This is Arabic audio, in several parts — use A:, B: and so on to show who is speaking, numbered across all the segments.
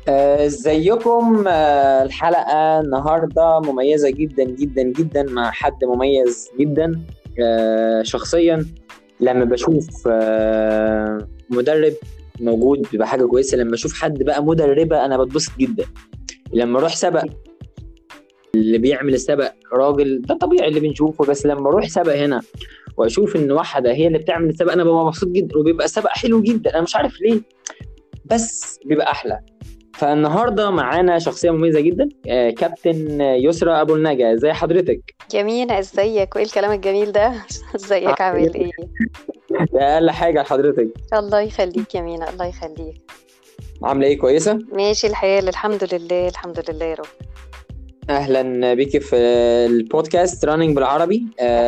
A: ازيكم. الحلقة النهاردة مميزة جدا جدا جدا مع حد مميز جدا. شخصيا لما بشوف مدرب موجود بيبقى حاجة كويسة. لما بشوف حد بقى مدربة أنا بتبسط جدا. لما أروح سبق اللي بيعمل السبق راجل، ده طبيعي اللي بنشوفه، بس لما أروح سبق هنا وأشوف إن واحدة هي اللي بتعمل السبق أنا ببقى مبسوط جدا، وبيبقى سبق حلو جدا. أنا مش عارف ليه بس بيبقى أحلى. فالنهارده معانا شخصيه مميزه جدا، كابتن يسرى ابو النجا. ازي حضرتك؟
B: جميلة، ازيك وايه الكلام الجميل ده؟ ازيك عامل ايه؟
A: ده اقل حاجه لحضرتك.
B: الله يخليك يا مينا، الله يخليك.
A: عامله ايه؟ كويسه؟
B: ماشي الحال، الحمد لله الحمد لله يا رب.
A: اهلا بيكي في البودكاست رانينج بالعربي.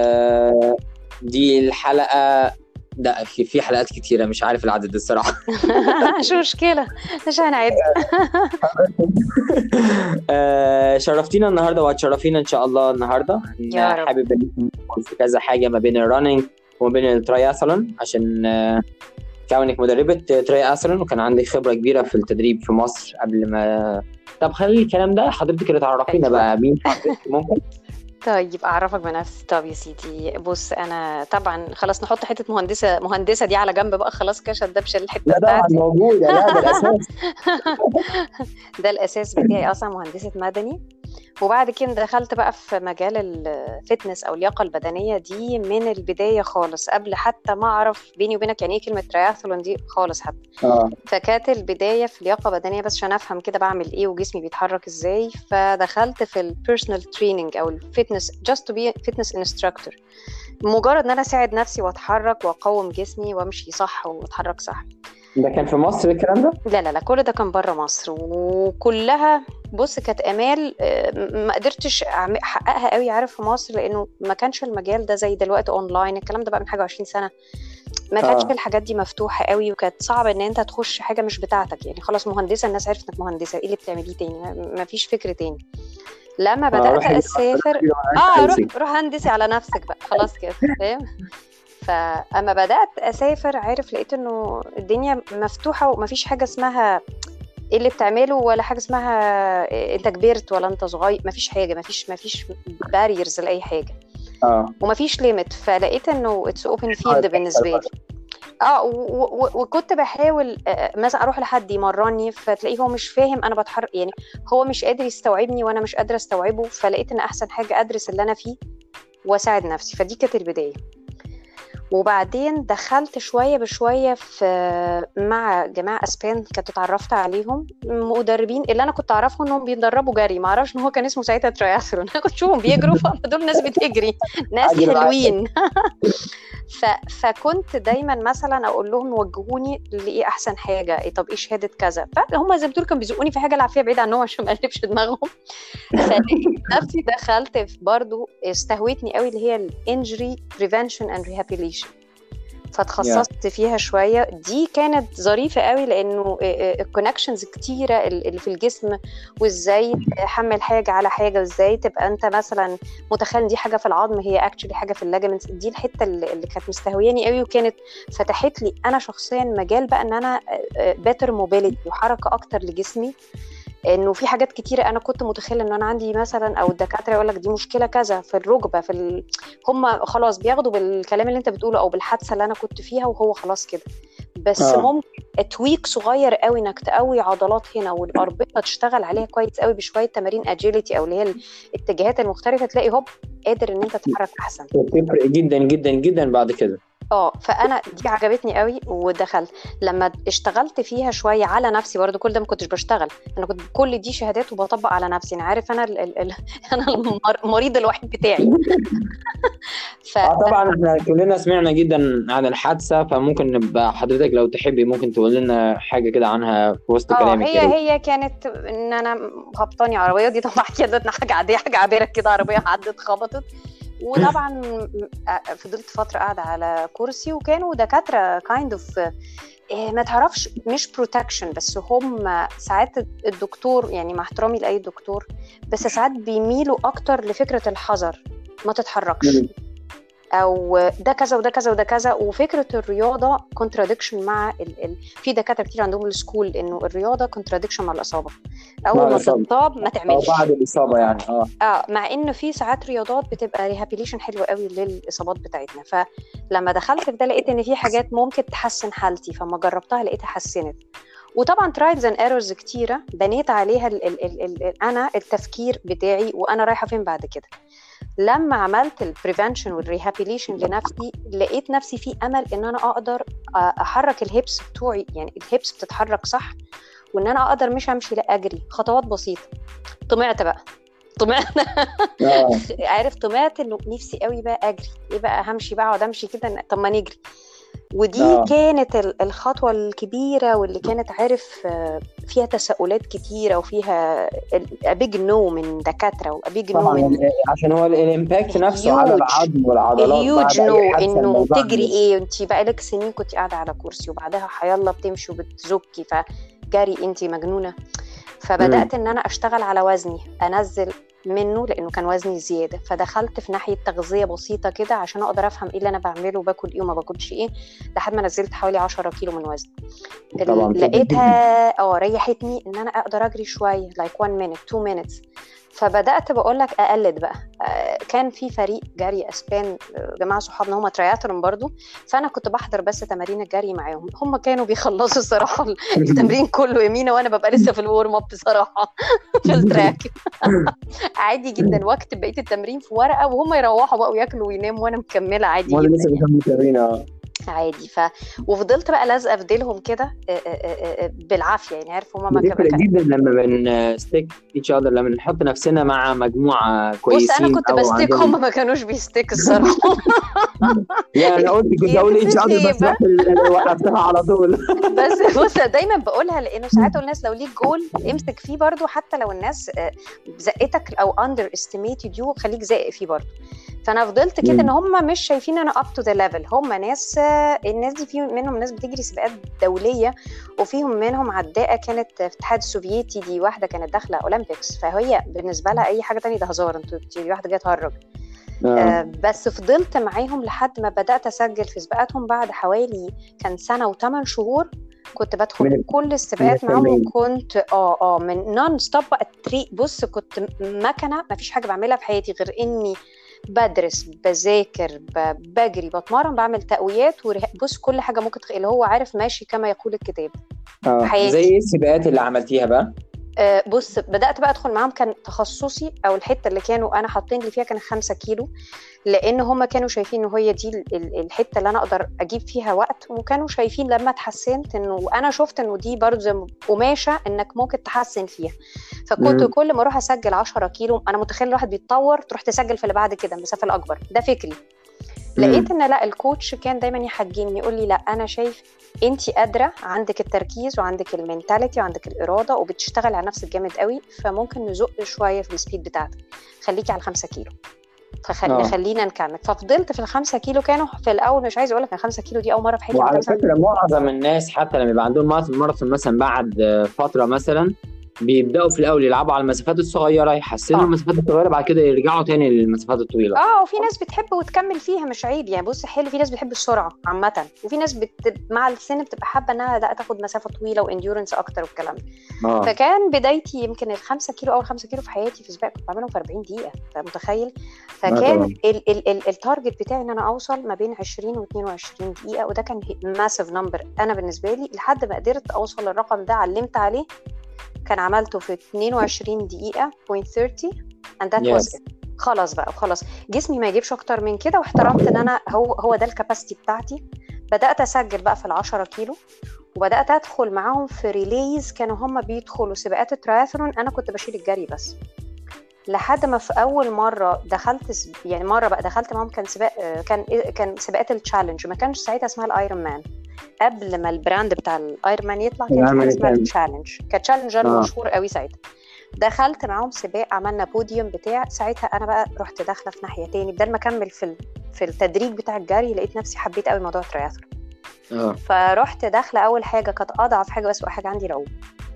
A: دي الحلقه، ده في حلقات كتيره مش عارف العدد الصراحه.
B: مش مشكلة، مش هنعد.
A: شرفتينا النهارده وهتشرفينا ان شاء الله النهارده.
B: يا رب.
A: حابب ندخل في كذا حاجه ما بين الرانينج وما بين التراياثلون، عشان كونك مدربة تراياثلون وكان عندك خبرة كبيرة في التدريب في مصر قبل ما. طب خلي الكلام ده حضرتك اللي تعرفينا بقى مين حضرتك ممكن.
B: طيب اعرفك بنفسي. طب يا سيدي بص، انا طبعا خلاص نحط حته مهندسه دي على جنب بقى، خلاص كده شدبش الحته
A: لا طبعا
B: بتاعتي.
A: موجودة، لا ده الأساس.
B: ده الاساس بتاعي اصلا، مهندسه مدني. وبعد كده دخلت بقى في مجال الفتنس او اللياقه البدنيه دي من البدايه خالص، قبل حتى ما اعرف بيني وبينك يعني ايه كلمه ترياثلون دي خالص حتى. فكانت البدايه في لياقه بدنيه بس عشان افهم كده بعمل ايه وجسمي بيتحرك ازاي. فدخلت في البيرسونال تريننج او الفتنس just to be fitness instructor، مجرد ان انا اساعد نفسي واتحرك واقوم جسمي وامشي صح واتحرك صح.
A: ده كان في مصر الكلام ده؟
B: لا كل ده كان بره مصر، وكلها بص كانت امال ما قدرتش احققها قوي عارف في مصر، لانه ما كانش المجال ده زي دلوقتي اونلاين. الكلام ده بقى من حاجه 20 سنه، ما كانتش الحاجات دي مفتوحه قوي، وكانت صعب ان انت تخش حاجه مش بتاعتك. يعني خلاص مهندسه، الناس عرفت انك مهندسه، ايه اللي بتعمليه تاني؟ ما فيش فكر تاني. لما بدات اسافر روح هندسي على نفسك بقى، خلاص كده فاهم. فاما بدات اسافر عارف لقيت انه الدنيا مفتوحه ومفيش حاجه اسمها ايه اللي بتعمله، ولا حاجه اسمها انت كبرت ولا انت صغير. مفيش حاجه، مفيش باريرز لاي حاجه. ومفيش ليميت. فلقيت انه اتس اوبن فيلد بالنسبه لي. وكنت بحاول مثلا اروح لحد يمرني، فتلاقيه هو مش فاهم انا بتحرك، يعني هو مش قادر يستوعبني وانا مش قادره استوعبه. فلقيت ان احسن حاجه ادرس اللي انا فيه واساعد نفسي. فدي كانت البدايه. وبعدين دخلت شوية بشوية في مع جماعة أسبان كنت اتعرفت عليهم، مدربين اللي أنا كنت أعرفهم أنهم بيدربوا جري. ما أعرفش إن هو كان اسمه ساعتها ترياثلون. أنا كنت شوفهم بيجروا، فدول ناس بتجري، ناس حلوين. فكنت دايما مثلا أقول لهم وجهوني لإيه أحسن حاجة، إيه طب إيه شهادة كذا. فهم زي بتقول كانوا بيزقوني في حاجة العافية بعيد عنهم عشان ما أقلبش دماغهم. نفسي دخلت في برضو استهويتني قوي اللي هي الانجري بريفنشن اند ريهابيليشن، فتخصصت فيها شويه. دي كانت ظريفه قوي لانه الكونكشنز كتيره اللي في الجسم، وازاي تحمل حاجه على حاجه، وازاي تبقى انت مثلا متخيل دي حاجه في العظم هي اكشلي حاجه في الليجمنتس. دي الحته اللي كانت مستهوياني قوي، وكانت فتحت لي انا شخصيا مجال بقى ان انا بيتر موبيليتي وحركه اكتر لجسمي. انه في حاجات كتيره انا كنت متخيله ان انا عندي مثلا، او الدكاتره يقول لك دي مشكله كذا في الركبه هم خلاص بياخدوا بالكلام اللي انت بتقوله او بالحادثه اللي انا كنت فيها وهو خلاص كده. بس ممكن تويك صغير قوي انك تقوي عضلات هنا والاربطه تشتغل عليها كويس قوي بشويه تمارين اجيليتي او اللي هي الاتجاهات المختلفه، تلاقي هوب قادر ان انت تتحرك احسن.
A: بتفرق جدا جدا جدا بعد كده.
B: فانا دي عجبتني قوي ودخلت. لما اشتغلت فيها شويه على نفسي برضو، كل ده ما كنتش بشتغل، انا كنت كل دي شهادات وبطبق على نفسي. انا عارف انا انا المريض الوحيد بتاعي.
A: طبعا احنا كلنا سمعنا جدا عن الحادثه، فممكن نبقى حضرتك لو تحبي ممكن تقول لنا حاجه كده عنها في وسط كلامك.
B: هي كانت ان انا هبطاني عربيه، دي طبعا كده حاجه عاديه، حاجه عابره كده، عربيه عدت خبطت. وطبعا فضلت فترة قاعدة على كرسي، وكانوا دكاترة kind of ما تعرفش مش protection، بس هم ساعات الدكتور يعني مع احترامي لأي دكتور، بس ساعات بيميلوا أكتر لفكرة الحذر، ما تتحركش. او ده كذا وده كذا وده كذا. وفكره الرياضه كونتراديكشن مع في دكاتره كتير عندهم السكول انه الرياضه كونتراديكشن مع الاصابه، اول ما تتصاب ما
A: او
B: تعملش.
A: بعد الاصابه يعني.
B: مع انه في ساعات رياضات بتبقى ريهابيليشن حلوه قوي للاصابات بتاعتنا. فلما دخلت في ده لقيت ان في حاجات ممكن تحسن حالتي، فما جربتها لقيتها حسنت. وطبعا ترايلز اند ايرورز كتيره بنيت عليها انا التفكير بتاعي وانا رايحه فين بعد كده. لما عملت البريفنشن والريهابيليشن لنفسي لقيت نفسي في امل ان انا اقدر احرك الهيبس بتوعي، يعني الهيبس بتتحرك صح، وان انا اقدر مش امشي لا اجري خطوات بسيطه. طمعت عارف، طمعت انه نفسي قوي بقى اجري، ايه بقى همشي بقى اقعد امشي كده، طب ما نجري. ودي كانت الخطوة الكبيرة واللي كانت عارف فيها تساؤلات كتيرة وفيها بيج نو من دكاترة وبيج نو من
A: عشان هو الامباكت نفسه على العظم والعضلات
B: هيوج نو انه تجري ايه انت بقى لك سنين كنت قاعدة على كرسي وبعدها حيالله بتمشي وبتزكي فجري انت مجنونة. فبدأت ان انا اشتغل على وزني انزل منه لانه كان وزني زياده، فدخلت في ناحيه تغذيه بسيطه كده عشان اقدر افهم ايه اللي انا بعمله وباكل ايه وما باكلش ايه، لحد ما نزلت حوالي 10 كيلو من وزني. لقيتها ريحتني ان انا اقدر اجري شويه like 1 minute 2 minutes. فبدات بقول لك اقلد بقى. كان في فريق جري اسبان جماعه صحابنا هم ترياتلون برضو، فانا كنت بحضر بس تمارين الجري معاهم. هم كانوا بيخلصوا الصراحه التمرين كله يمينه وانا ببقى لسه في الورم اب بصراحه في التراك عادي جدا، واكتب بقيه التمرين في ورقه وهم يروحوا بقى وياكلوا ويناموا وانا مكمله عادي
A: جدا. لسه بكمل تمرين
B: عادي. وفضلت بقى لازقه في ديلهم كده بالعافيه، يعني عارف هما
A: ما كان جدا لما بنستيك ايتش اذر، لما نحط نفسنا مع مجموعه كويسين.
B: بص انا كنت بستيك هما ما كانوش بيستيك الصراحه
A: يعني انا قلت كنت اقول ايتش اذر بس وقفتها على طول
B: بس بص دايما بقولها لانه ساعات الناس لو ليك جول امسك فيه برضو، حتى لو الناس زقتك او اندر استيميتد يو خليك زائق فيه برضو. فانا فضلت كده ان هم مش شايفين انا اب تو ذا ليفل. هم ناس الناس دي في منهم ناس بتجري سباقات دوليه، وفيهم منهم عداءه كانت في الاتحاد السوفيتي، دي واحده كانت داخله اولمبيكس، فهي بالنسبه لها اي حاجه تانية ده هزار، انتوا دي واحده جايه تهرج. بس فضلت معاهم لحد ما بدات اسجل في سباقاتهم. بعد حوالي كان سنه و8 شهور كنت بدخل كل السباقات معاهم، كنت من نون ستوب الطريق. بص كنت مكنه، ما فيش حاجه بعملها في حياتي غير اني بدرس بذاكر بجري بتمرن بعمل تقويات بص كل حاجه ممكن اللي هو عارف ماشي كما يقول الكتاب.
A: زي ايه السباقات اللي عملتيها بقى؟
B: بص بدأت بقى أدخل معاهم. كان تخصصي أو الحتة اللي كانوا أنا حاطين لي فيها كان 5 كيلو، لأن هم كانوا شايفين إنه هي دي الحتة اللي أنا أقدر أجيب فيها وقت، وكانوا شايفين لما تحسنت إنه أنا شفت إنه دي برضو زي قماشة إنك ممكن تحسن فيها. فكنت كل ما أروح أسجل 10 كيلو أنا متخيل الواحد بيتطور تروح تسجل في اللي بعد كده المسافة الأكبر، ده فكري. لقيت ان لا الكوتش كان دايما يحجمني يقول لي لا انا شايف انتي قادره، عندك التركيز وعندك المينتاليتي وعندك الاراده وبتشتغل على نفسك جامد قوي، فممكن نزق شويه في السبيد بتاعتك، خليكي على 5 كيلو خلينا نكمل. ففضلت في ال5 كيلو. كانوا في الاول مش عايز اقول لك 5 كيلو دي اول مره في حياتي.
A: وعلى فكره معظم الناس حتى لما يبقى عندهم ماراثون مثلا بعد فتره مثلا بيبداوا في الاول يلعبوا على المسافات الصغيره، يحسنوا المسافات الصغيره، بعد كده يرجعوا تاني للمسافات الطويله.
B: وفي ناس بتحب وتكمل فيها مش عيب يعني. بص حلو، في ناس بتحب السرعه عامه، وفي ناس مع السن بتبقى حابه انها لا تاخد مسافه طويله وانديورنس اكتر والكلام ده. فكان بدايتي يمكن ال5 كيلو اول 5 كيلو في حياتي في سباق كنت بعملهم في 40 دقيقه، انت متخيل؟ فكان التارجت بتاعي ان انا اوصل ما بين 20 و22 دقيقه، وده كان ماسيف نمبر انا بالنسبه لي. لحد ما قدرت اوصل للرقم ده علمت عليه، كان عملته في 22 دقيقة .30 and that was it. خلاص بقى وخلاص جسمي ما يجيبش اكتر من كده، واحترمت ان انا هو ده الكاباسيتي بتاعتي. بدأت اسجل بقى في 10 كيلو، وبدأت ادخل معاهم في ريليز. كانوا هم بيدخلوا سباقات الترايثلون، انا كنت بشيل الجري بس. لحد ما في اول مره دخلت يعني مره بقى دخلت معاهم كان سباق كان سباقات التشالنج، ما كانش ساعتها اسمها الايرون مان، قبل ما البراند بتاع الايرون مان يطلع كان اسمها التشالنج، كان تشالنجر مشهور قوي ساعتها. دخلت معاهم سباق، عملنا بوديوم بتاع ساعتها. انا بقى رحت داخله في ناحيه تاني، بدل ما اكمل في التدريج بتاع الجري لقيت نفسي حبيت قوي موضوع الترايثلون. فرحت داخله اول حاجه كانت اضعف حاجه بس حاجه عندي العوم،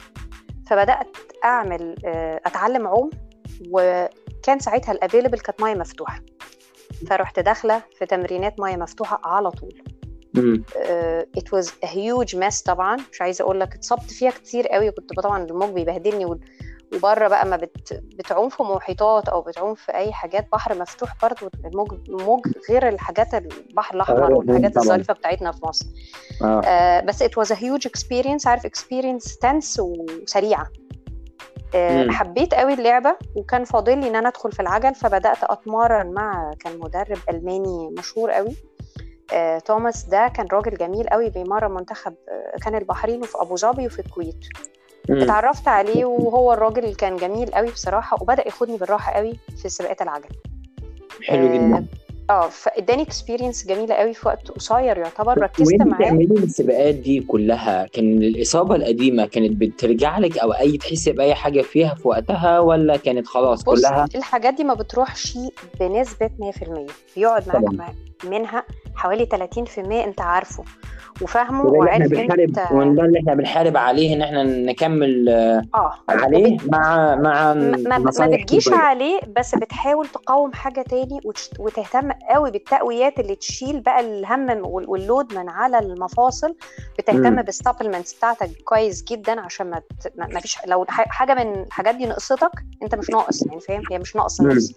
B: فبدات اعمل اتعلم عوم. وكان ساعتها الافيلبل كانت ميه مفتوحه، فرحت داخله في تمرينات ميه مفتوحه على طول. it was a huge mess طبعا، مش عايزه اقول لك اتصبت فيها كتير قوي. كنت طبعا الموج بيبهدلني، وبره بقى ما بتعوم في محيطات او بتعوم في اي حاجات بحر مفتوح، برضه الموج غير الحاجات البحر الاحمر والحاجات الظريفه بتاعتنا في مصر. بس it was a huge experience، عارف experience tense وسريعه. حبيت قوي اللعبه، وكان فاضل لي ان انا ادخل في العجل، فبدات اتمرن مع كان مدرب الماني مشهور قوي، توماس. ده كان راجل جميل قوي، بيمرن منتخب كان البحرين وفي ابو ظبي وفي الكويت. اتعرفت عليه، وهو الراجل كان جميل قوي بصراحه، وبدا ياخدني بالراحه قوي في سباقات العجل.
A: حلو جدا.
B: فاداني اكسبيرينس جميله قوي في وقت قصير يعتبر. ركزت معاه.
A: بتعملي السباقات دي كلها، كان الاصابه القديمه كانت بترجع لك او اي تحسي باي حاجه فيها في وقتها، ولا كانت خلاص كلها؟
B: الحاجات دي ما بتروحش بنسبه 100%، بيقعد معاك منها حوالي 30% انت عارفه وفاهمه وعارف انت،
A: وده اللي احنا بنحارب عليه، ان احنا نكمل عليه مع
B: ما بتجيش عليه، بس بتحاول تقاوم حاجه تاني وتهتم قوي بالتقويات اللي تشيل بقى الهم واللود من على المفاصل. بتهتم بالسبلمنتس بتاعتك كويس جدا، عشان ما فيش لو حاجه من الحاجات دي نقصتك انت مش ناقص، يعني فاهم، هي مش ناقصه نفسك.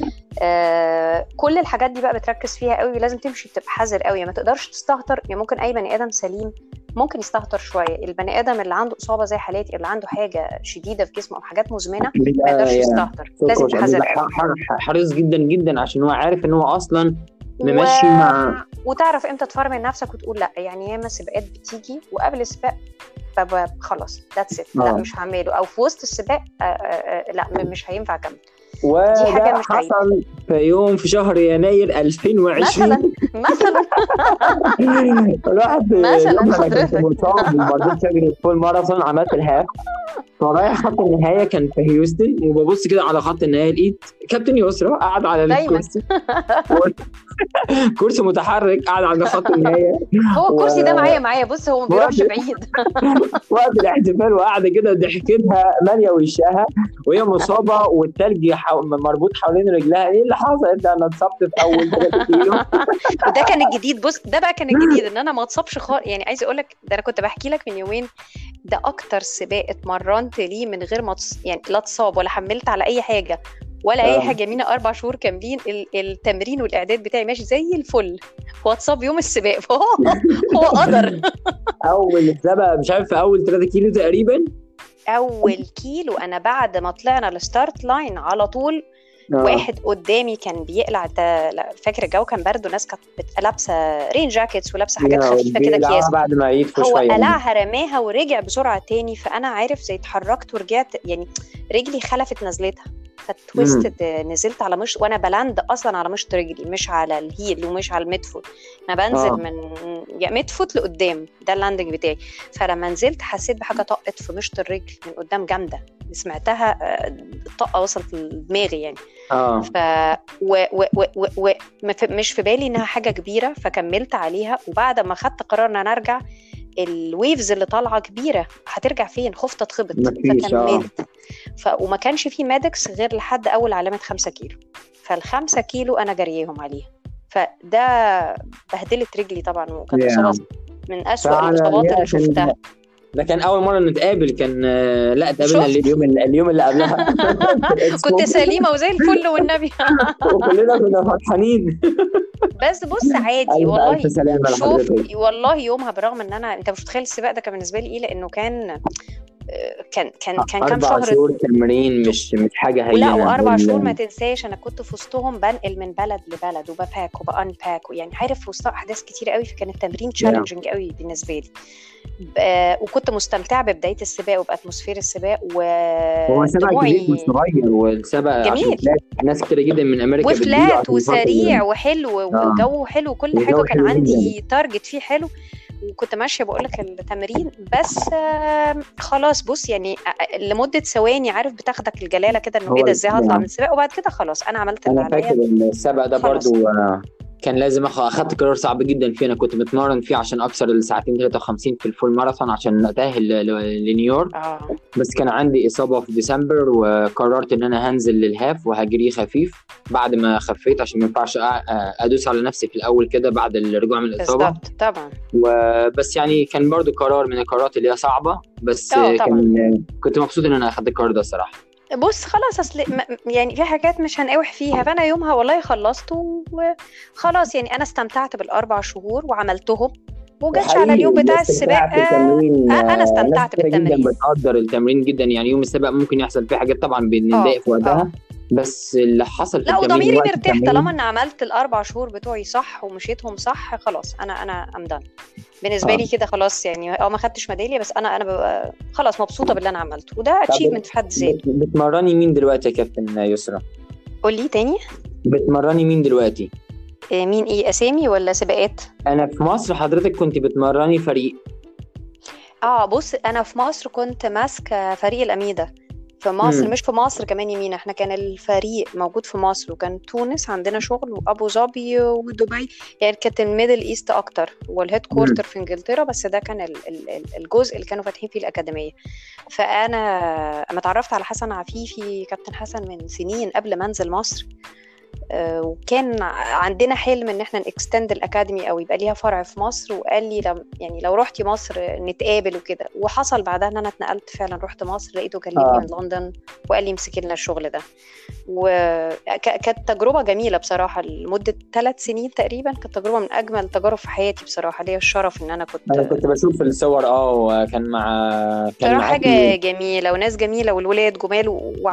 B: كل الحاجات دي بقى بتركز فيها قوي، لازم تمشي تبقى حذر قوي، ما تقدرش تستهتر. يعني ممكن اي بني ادم سليم ممكن يستهتر شويه، البني ادم اللي عنده اصابه زي حالاتي، اللي عنده حاجه شديده في جسمه او حاجات مزمنه، ما يقدرش يستهتر، لازم يحذر قوي،
A: حريص جدا جدا، عشان هو عارف ان هو اصلا ممشي مع،
B: وتعرف امتى تفرمل نفسك وتقول لا. يعني ياما سباقات بتيجي وقبل السباق خلاص that's it، لا مش هعمله، او في وسط السباق لا مش هينفع اكمل.
A: وده حصل في يوم في شهر يناير 2020
B: مثلا
A: الواحد
B: مثلا حضرتك
A: مصاب ما رضيتش اجري فول ماراثون، عملت الهاف، فرايح خط النهايه كان في هيوستن، وببص كده على خط النهايه لقيت كابتن يسرا قاعد على الكرسي كرسي متحرك قاعد على خط النهايه.
B: هو الكرسي ده معايا بص، هو ما بيروحش بعيد.
A: وقت الاحتفال وقاعده كده ضحكتها ماليه وشها وهي مصابه، والتلج مربوط حوالين رجلها. ايه اللي حصل؟ ده انا اتصبت في اول 3 كيلو.
B: وده كان الجديد. بص ده بقى كان الجديد، ان انا ما اتصبش خالص. يعني عايزه اقول لك، ده انا كنت بحكي لك من يومين، ده اكتر سباق اتمرنت ليه من غير ما يعني لا اتصاب ولا حملت على اي حاجه ولا اي حاجه. من 4 شهور كاملين التمرين والاعداد بتاعي ماشي زي الفل، واتصاب يوم السباق، فهو قدر.
A: اول سباق مش عارف في اول 3 كيلو تقريبا،
B: اول كيلو انا بعد ما طلعنا الستارت لاين على طول واحد قدامي كان بيقلع. فاكر الجو كان برد، وناس كانت لابسه رين جاكيتس ولابسه حاجات خفيفه كده اكياس،
A: بعد ما يدفوا
B: هو
A: شويه
B: قلعها رماها ورجع بسرعه تاني. فانا عارف زي اتحركت ورجعت، يعني رجلي خلفت نزلتها، فتويستد نزلت على مش، وانا بلاند اصلا على مشط رجلي مش على الهيل ومش على الميدفوت، انا بنزل من يعني ميدفوت لقدام، ده اللاندنج بتاعي. فلما نزلت حسيت بحاجه طقت في مشط الرجل من قدام جامده، سمعتها الطقه وصلت لدماغي يعني. مش في بالي انها حاجه كبيره، فكملت عليها. وبعد ما خدت قرار ان انا ارجع، الويفز اللي طالعه كبيره، هترجع فين؟ خفت اتخبط، فكملت. وما كانش فيه ميدكس غير لحد اول علامه 5 كيلو، فال5 كيلو انا جريهم عليها. فده بهدلت رجلي طبعا، وكانت اصابه من اسوأ الاصابات اللي شفتها.
A: ده كان اول مره نتقابل، كان لا تقابلنا اليوم اللي قبلها
B: كنت سليمه وزي الفل والنبي
A: وكلنا كنا فرحانين.
B: بس بص عادي والله، شوف والله يومها، برغم ان انت مش متخيل السباق ده كان بالنسبه لي ايه، لانه كان كام
A: 4 شهور تمرين، مش حاجه هينه.
B: لا، و4 شهور ما تنساش انا كنت في وسطهم بنقل من بلد لبلد وبباك وبانباك، يعني عارف في وسط احداث كتير قوي، فكان التمرين تشالنجينج قوي بالنسبه لي. وكنت مستمتعه ببدايه السباق وباتموسفير السباق.
A: هو سباق كبير وصغير، والسباق
B: جميل،
A: ناس كتير جدا من امريكا
B: وفلات وسريع وحلو والجو حلو وكل حاجه، كان عندي تارجت فيه حلو، وكنت ماشيه بقول لك التمرين. بس خلاص بص، يعني لمده ثواني عارف بتاخدك الجلاله كده، انه ايه ده، ازاي هطلع من السباق، وبعد كده خلاص انا عملت اللي عليا.
A: انا فاكر السباق ده برضو كان لازم اخدت قرار صعب جدا فيه. انا كنت بتمرن فيه عشان اكسر الساعتين 53 في الفول ماراثون عشان اتاهل لنيويورك.
B: اه
A: بس كان عندي اصابه في ديسمبر، وقررت ان انا هنزل للهاف وهجريه خفيف بعد ما خفيت، عشان ما ينفعش ادوس على نفسي في الاول كده بعد الرجوع من الاصابه.
B: بالظبط طبعا.
A: وبس يعني كان برضو قرار من القرارات اللي هي صعبه، بس
B: طبعا.
A: كنت مبسوط ان انا اخدت القرار ده الصراحه.
B: بص خلاص، اصل يعني في حاجات مش هنقاوح فيها، فانا يومها والله خلصت وخلاص. يعني انا استمتعت بالاربع شهور وعملتهم، وجاتش على اليوم
A: حقيقي
B: بتاع
A: الاستمتاع
B: السباق
A: في التمرين،
B: انا
A: ناس
B: استمتعت
A: كتير جدا
B: بالتمرين.
A: بتقدر التمرين جدا. يعني يوم السباق ممكن يحصل فيه حاجات طبعا بنضايق في
B: اه
A: وقتها، بس اللي حصل في
B: لا،
A: التمرين
B: وضميري
A: وقت
B: مرتاح طالما
A: التمرين.
B: ان عملت الاربع شهور بتوعي صح ومشيتهم صح. خلاص انا امدن بالنسبه
A: اه
B: لي كده خلاص. يعني ما خدتش ميداليه، بس انا ببقى خلاص مبسوطه باللي انا عملته، وده
A: طب
B: اتشيفمنت في حد ذاته.
A: بتمرني مين دلوقتي يا كابتن يسرا؟
B: قول لي تاني.
A: بتمرني مين دلوقتي؟
B: مين؟ ايه، اسامي ولا سباقات؟
A: انا في مصر حضرتك كنت بتمرني فريق.
B: بص، انا في مصر كنت ماسكه فريق الاميده في مصر.
A: امم
B: مش في مصر كمان يمينة، احنا كان الفريق موجود في مصر، وكان تونس عندنا شغل، وابو ظبي ودبي. يعني كانت الميدل ايست اكتر، والهيد كورتر في انجلترا، بس ده كان الجزء اللي كانوا فاتحين فيه الاكاديميه. فانا اما اتعرفت على حسن عفيفي، كابتن حسن، من سنين قبل ما انزل مصر. وكان عندنا حلم ان احنا نكستند الاكاديمي او يبقى ليها فرع في مصر. وقال لي لو رحتي مصر نتقابل وكده. وحصل بعدها ان انا اتنقلت فعلا، رحت مصر، لقيته كلمني من لندن وقال لي امسكي لنا الشغل ده. وكانت تجربه جميله بصراحه لمده 3 سنين تقريبا. كانت تجربه من اجمل التجارب في حياتي بصراحه. ليا الشرف ان انا
A: انا
B: كنت
A: كنت بشوف الصور، وكان كان
B: بصراحه
A: معاكي.
B: حاجه جميله وناس جميله والولاد جمال.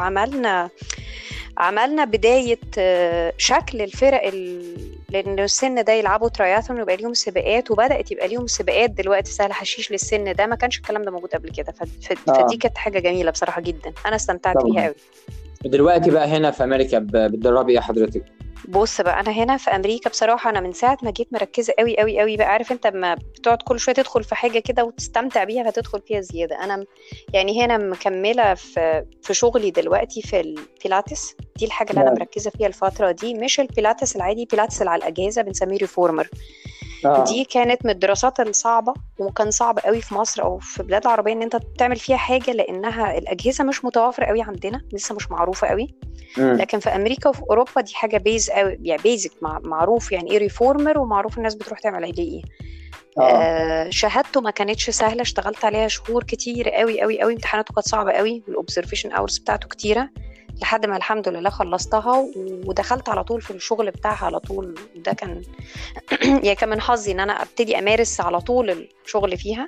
B: عملنا بداية شكل الفرق لأن السن ده يلعبوا تراياثلون ويبقى ليهم سباقات، وبدأت يبقى ليهم سباقات دلوقتي سهل حشيش للسن ده. ما كانش الكلام ده موجود قبل كده. فدي كانت حاجة جميلة بصراحة جدا، أنا استمتعت بيها
A: طبعا.
B: قوي.
A: دلوقتي بقى هنا في امريكا بتدربي ايه حضرتك؟
B: بص بقى، انا هنا في امريكا بصراحه، انا من ساعه ما جيت مركزه قوي قوي قوي بقى. عارف انت لما بتقعد كل شويه تدخل في حاجه كده وتستمتع بيها فتدخل فيها زياده. انا يعني هنا مكمله في شغلي دلوقتي في البيلاتس. دي الحاجه اللي انا مركزه فيها الفتره دي، مش البيلاتس العادي، بيلاتس اللي على الاجهزه بنسميه ريفورمر. دي كانت من الدراسات الصعبة، وكان صعب قوي في مصر أو في البلاد العربية إن أنت تعمل فيها حاجة، لأنها الأجهزة مش متوافرة قوي عندنا، لسه مش معروفة قوي. لكن في أمريكا وفي أوروبا دي حاجة بيز قوي، يعني بيزك معروف يعني إيه ريفورمر، ومعروف الناس بتروح تعمل عليه إيه. شهادته ما كانتش سهلة، اشتغلت عليها شهور كتير قوي قوي قوي. امتحاناته كانت صعبة قوي، والأوبزرفيشن أورز بتاعته كتيرة، لحد ما الحمد لله خلصتها ودخلت على طول في الشغل بتاعها على طول. ده كان يعني كان من حظي ان انا ابتدي امارس على طول الشغل فيها.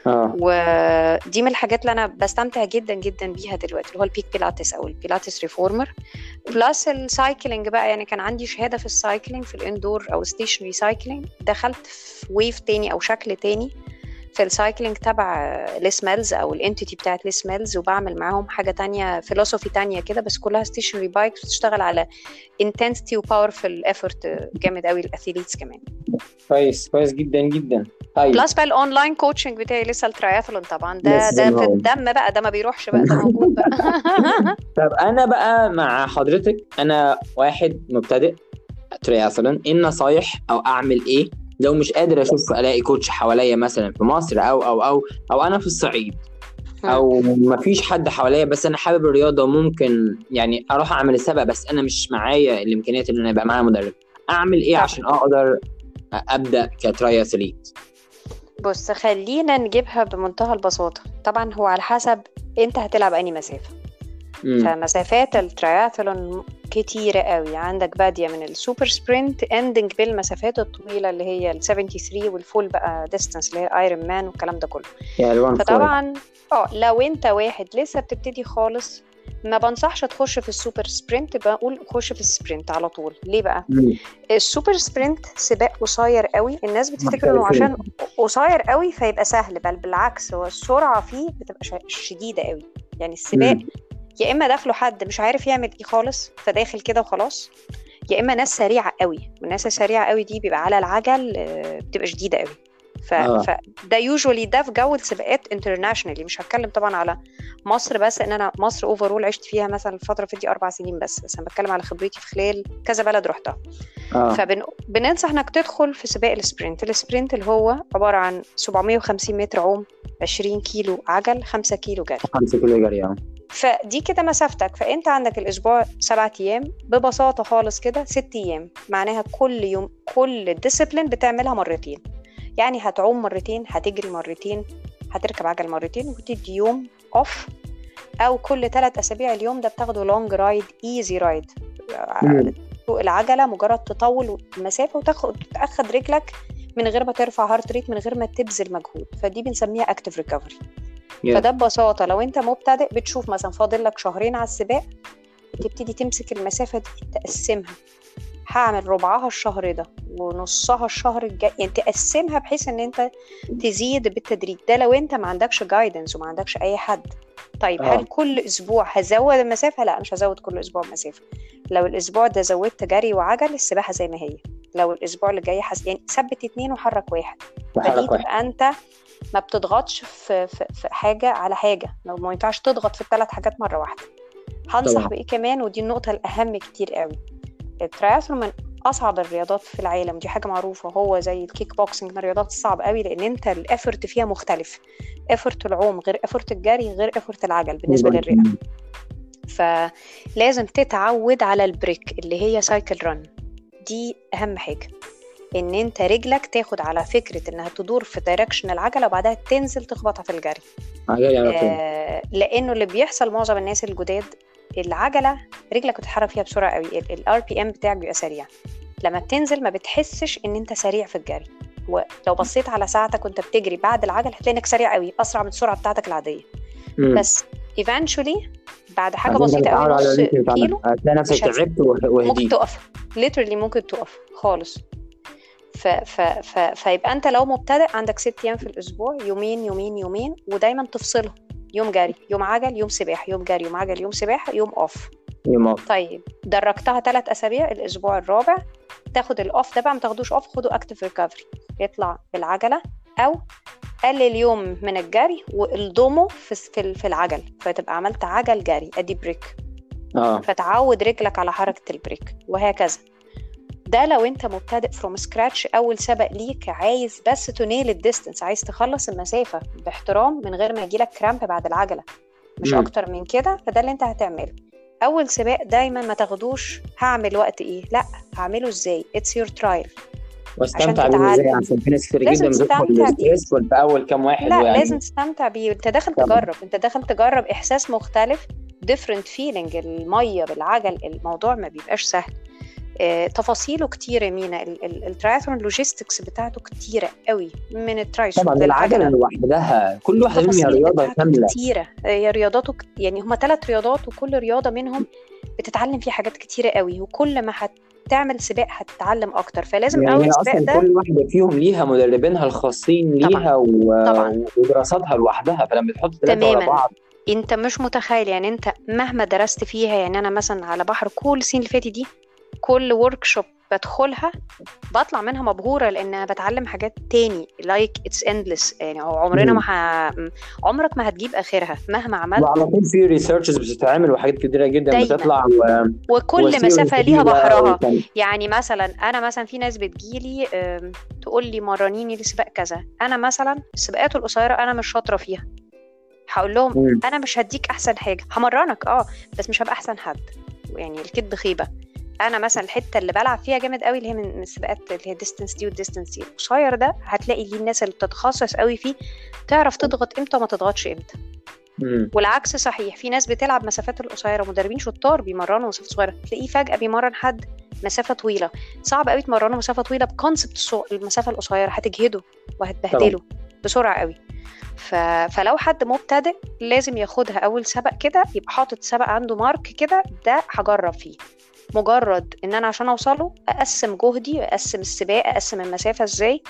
B: ودي من الحاجات اللي انا بستمتع جدا جدا بيها دلوقتي، اللي هو البيك بيلاتس او البيلاتس ريفورمر بلس السايكلينج بقى. يعني كان عندي شهادة في السايكلينج في الاندور او ستيشنري سايكلينج. دخلت في ويف تاني او شكل تاني في السايكلينج تبع ليس ميلز او الانتيتي بتاعت ليس ميلز، وبعمل معاهم حاجه تانية، فيلوسوفي تانية كده، بس كلها ستيشنري بايكس بتشتغل على intensity وباورفل effort جامد قوي للاثليتس كمان.
A: كويس جدا جدا. طيب
B: بلس بقى الاونلاين كوتشنج بتاعي لسه التراياثلون طبعا، ده في الدم بقى، ده ما بيروحش بقى، ده موجود بقى.
A: طب انا بقى مع حضرتك، انا واحد مبتدئ تراياثلون، ايه النصايح او اعمل ايه لو مش قادر اشوف الاقي كوتش حواليا مثلا في مصر او انا في الصعيد، او مفيش حد حواليا، بس انا حابب الرياضه وممكن يعني اروح اعمل السباق، بس انا مش معايا الامكانيات ان انا يبقى معايا مدرب. اعمل ايه عشان اقدر ابدا كتراياثليت؟
B: بص، خلينا نجيبها بمنتهى البساطه. طبعا هو على حسب انت هتلعب انهي مسافه. فمسافات التراياثلون كتيرة قوي. عندك بادية من السوبر سبرينت اندنج بالمسافات الطويلة اللي هي ال 73 والفول بقى ديستانس اللي هي ايرون مان والكلام ده كله. فطبعا لو انت واحد لسه بتبتدي خالص، ما بنصحش تخش في السوبر سبرينت، بقول خش في السبرينت على طول. ليه بقى؟ السوبر سبرينت سباق قصير قوي. الناس بتفتكر انه عشان قصير قوي فيبقى سهل، بل بالعكس، هو السرعة فيه بتبقى شديدة قوي. يعني السباق يا اما داخله حد مش عارف يعمل ايه خالص فداخل كده وخلاص، يا اما ناس سريعه قوي، والناس السريعه قوي دي بيبقى على العجل بتبقى شديده قوي. فده يوجوالي ده في جو السباقات انترناشونالي. مش هتكلم طبعا على مصر بس، ان انا مصر اوفرول عشت فيها مثلا الفتره في دي 4 سنين بس انا بتكلم على خبرتي في خلال كذا بلد رحتها. فبننصح انك تدخل في سباق السبرنت اللي هو عباره عن 750 متر عوم، 20 كيلو عجل، 5 كيلو جري.
A: 5 كيلو جري.
B: فدي كده مسافتك. فانت عندك الاسبوع 7 ايام، ببساطه خالص كده 6 ايام معناها كل يوم كل ديسيبلين بتعملها مرتين. يعني هتعوم مرتين، هتجري مرتين، هتركب عجل مرتين، وتدي يوم اوف. او كل 3 اسابيع اليوم ده بتاخده لونج رايد، ايزي رايد، تسوق العجله مجرد تطول المسافه وتاخد رجلك من غير ما ترفع هارت ريت، من غير ما تبذل مجهود. فدي بنسميها اكتيف ريكفري. فده ببساطه لو انت مبتدئ بتشوف مثلا فاضل لك شهرين على السباق، بتبتدي تمسك المسافه دي تقسمها، هعمل ربعها الشهر ده ونصها الشهر الجاي، يعني تقسمها بحيث ان انت تزيد بالتدريج. ده لو انت ما عندكش جايدنس وما عندكش اي حد. طيب هل كل اسبوع هزود المسافه؟ لا، مش هزود كل اسبوع مسافه. لو الاسبوع ده زودت جري وعجل، السباحه زي ما هي. لو الاسبوع اللي جاي يعني ثبت 2 وحرك 1. فدي تبقى انت ما بتضغطش في حاجه على حاجه. لو ما ينفعش تضغط في ال3 حاجات مره واحده. هنصح بايه كمان، ودي النقطه الاهم كتير قوي، الترايثلون من اصعب الرياضات في العالم، دي حاجه معروفه. هو زي الكيك بوكسنج من الرياضات الصعب قوي، لان انت الافورت فيها مختلف. افورت العوم غير افورت الجري غير افورت العجل بالنسبه للرئه. فلازم تتعود على البريك اللي هي سايكل ران. دي اهم حاجه، ان انت رجلك تاخد على فكره انها تدور في دايركشن العجله وبعدها تنزل تخبط في الجري. لانه اللي بيحصل معظم الناس الجداد، العجله رجلك بتتحرك فيها بسرعه قوي، الار بي ام بتاعك بيبقى سريع. لما بتنزل ما بتحسش ان انت سريع في الجري. ولو بصيت على ساعتك وانت بتجري بعد العجل هتلاقي انك سريع قوي، اسرع من السرعه بتاعتك العاديه. بس eventually بعد حاجه بسيطه قوي نص كيلو
A: هتلاقي نفسك تعبت وهديت،
B: ممكن تقف literally، ممكن تقف خالص. فيبقى انت لو مبتدئ عندك 6 ايام في الاسبوع، يومين يومين يومين، ودايما تفصلهم، يوم جري، يوم عجل، يوم سباحه، يوم جري، يوم عجل، يوم سباحه، يوم اوف. طيب درجتها 3 اسابيع، الاسبوع الرابع تاخد الاوف ده بقى، ما تاخدوش اوف، خدوا اكتيف ريكفري، يطلع بالعجله او قلل يوم من الجري والضمه في العجل، فتبقى عملت عجل جري ادي بريك. فتعود رجلك على حركه البريك وهكذا. ده لو انت مبتدئ فروم سكراتش، اول سبق ليك، عايز بس تنيل الديستنس، عايز تخلص المسافه باحترام من غير ما يجيلك كرامب بعد العجله، مش اكتر من كده. فده اللي انت هتعمله. اول سباق دايما ما تاخدوش هعمل وقت ايه، لا، هعمله ازاي، اتس يور ترايل.
A: واستمتع بيه ازاي، عشان في ناس كتير جدا بتدخل ستريسفول في اول كام واحد.
B: لا يعني لازم تستمتع بيه. انت داخل تجرب، انت داخل تجرب احساس مختلف، different feeling. الميه بالعجل الموضوع ما بيبقاش سهل. تفاصيله كتيرة مينا. الترايثلون لوجيستكس بتاعته كتيرة قوي من الترايثلون.
A: طبعا العجلة لوحدها كل واحدة منهم رياضة كاملة
B: كتيرة. هي رياضاته يعني هما 3 رياضات، وكل رياضة منهم بتتعلم فيها حاجات كتيرة قوي، وكل ما تعمل سباق هتتعلم اكتر. فلازم
A: يعني
B: اول سباق ده
A: كل واحدة فيهم ليها مدربينها الخاصين ليها ودراساتها لوحدها، فلما بتحط 3 ورا بعض
B: انت مش متخيل. يعني انت مهما درست فيها، يعني انا مثلا على بحر كل السنين اللي فاتت دي، كل وركشوب بدخلها بطلع منها مبهورة، لأنها بتعلم حاجات تاني like it's endless. يعني عمرنا عمرك ما هتجيب آخرها مهما عملت.
A: وعلى طول في ريسيرشز بتتعمل وحاجات كتيرة جدا دايما بتطلع
B: وكل مسافة ليها بحرها. يعني مثلا أنا مثلا في ناس بتجيلي تقول لي مرنيني لسباق كذا. أنا مثلا السباقات القصيرة أنا مش شاطرة فيها، هقول لهم أنا مش هديك أحسن حاجة، همرنك بس مش هبقى أحسن حد. يعني الكدب خيبة. انا مثلا الحته اللي بلعب فيها جامد قوي اللي هي من السباقات اللي هي ديستنس دي والديستنس دي القصير ده، هتلاقي ليه الناس اللي بتتخصص قوي فيه تعرف تضغط امتى وما تضغطش امتى. والعكس صحيح، في ناس بتلعب مسافات القصيره، مدربين شطار بيمرنوا مسافات صغيره، تلاقيه فجاه بيمرن حد مسافه طويله. صعب قوي تمرنه مسافه طويله بكونسبت المسافه القصيره، هتجهده وهتبهدله بسرعه قوي. فلو حد مبتدئ لازم ياخدها اول سبق كده، يبقى حاطط سبق عنده مارك كده، ده هجرب فيه. مجرد ان انا عشان اوصله اقسم جهدي، اقسم السباق، اقسم المسافه ازاي.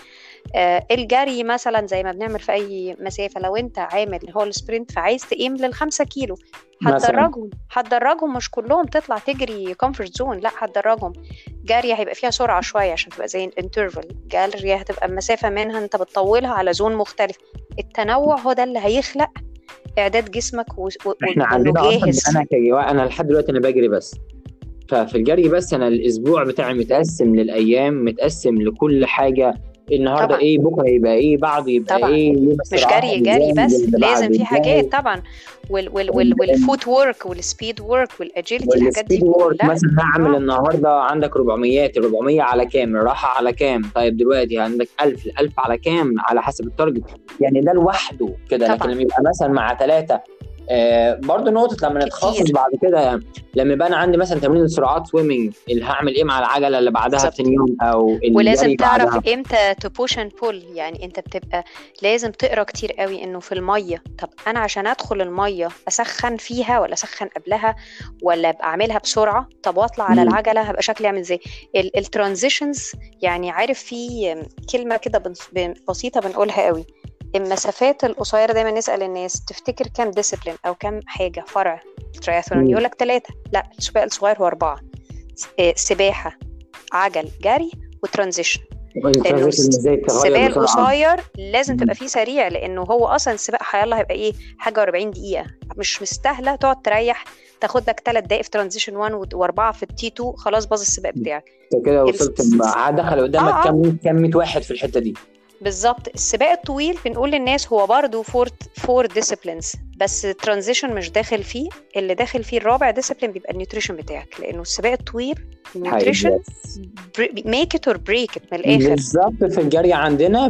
B: الجري مثلا زي ما بنعمل في اي مسافه، لو انت عامل هو السبرنت فعايز تقيم لل5 كيلو، هتدرجهم مش كلهم تطلع تجري كومفورت زون، لا هتدرجهم. جري هيبقى فيها سرعه شويه عشان تبقى زي الانترفال، جري هتبقى المسافه منها انت بتطولها على زون مختلف. التنوع هو ده اللي هيخلق اعداد جسمك
A: احنا
B: وانه
A: عندنا اصلا،
B: جاهز.
A: انا لحد دلوقتي انا بجري بس، ففي الجري بس انا الاسبوع بتاعي متقسم للايام، متقسم لكل حاجه. النهارده
B: طبعا
A: ايه، بكره يبقى ايه، بعده يبقى
B: طبعا
A: ايه، يوم
B: مش
A: الصراحه
B: جري جري
A: ازاي،
B: بس،
A: اللي
B: لازم
A: بعده
B: في
A: ازاي.
B: حاجات طبعا، والفوت وورك والسبيد وورك والاجيلتي، الحاجات دي
A: والسبيد وورك
B: كلها.
A: مثلا هعمل
B: اه
A: النهارده عندك 400، ال 400 على كام، الراحه على كام، طيب دلوقتي عندك 1000، ال 1000 على كام، على حسب التارجت. يعني ده لوحده كده. لكن
B: طبعا
A: لما يبقى مثلا مع ثلاثه، برضو نقطة لما نتخصص
B: كتير
A: بعد كده يعني، لما يبقى أنا عندي مثلا تمرين سرعات سويمنج، اللي هعمل إيه مع العجلة اللي بعدها
B: بالظبط.
A: بتاني يوم، أو
B: ولازم
A: الجري
B: تعرف
A: بعدها.
B: امتى to push and pull، يعني انت بتبقى لازم تقرا كتير قوي انه في الميه، طب انا عشان ادخل الميه اسخن فيها ولا اسخن قبلها ولا ابقى اعملها بسرعه، طب واطلع على
A: مم.
B: العجله هبقى شكلي عامل ازاي. الترانزيشنز، يعني عارف في كلمه كده بسيطه بنقولها قوي، المسافات القصيره دايما نسال الناس تفتكر كام ديسيبلين او كام حاجه فرع الترياثلون، يقول لك 3. لا، السباق الصغير هو 4: سباحه، عجل، جري، وترانزيشن. لانه
A: الترانزيشن ازاي تغير
B: السباق
A: بسرعة.
B: القصير لازم
A: مم.
B: تبقى فيه سريع، لانه هو اصلا السباق يلا هيبقى ايه، حاجه 40 دقيقه، مش مستاهله تقعد تريح تاخد لك 3 دقائق في ترانزيشن 1 و4 في التي 2، خلاص باظ السباق بتاعك.
A: انت كده
B: ال...
A: وصلت، دخل قدامك
B: اه
A: كام 100 واحد في الحتة دي.
B: بالظبط. السباق الطويل بنقول للناس هو برضه فور ديسيبلينز، بس ترانزيشن مش داخل فيه، اللي داخل فيه الرابع ديسيبلين بيبقى النيوتريشن بتاعك، لانه السباق الطويل النيوتريشن ميك ات اور بريك ات من الاخر.
A: بالظبط. في الجري عندنا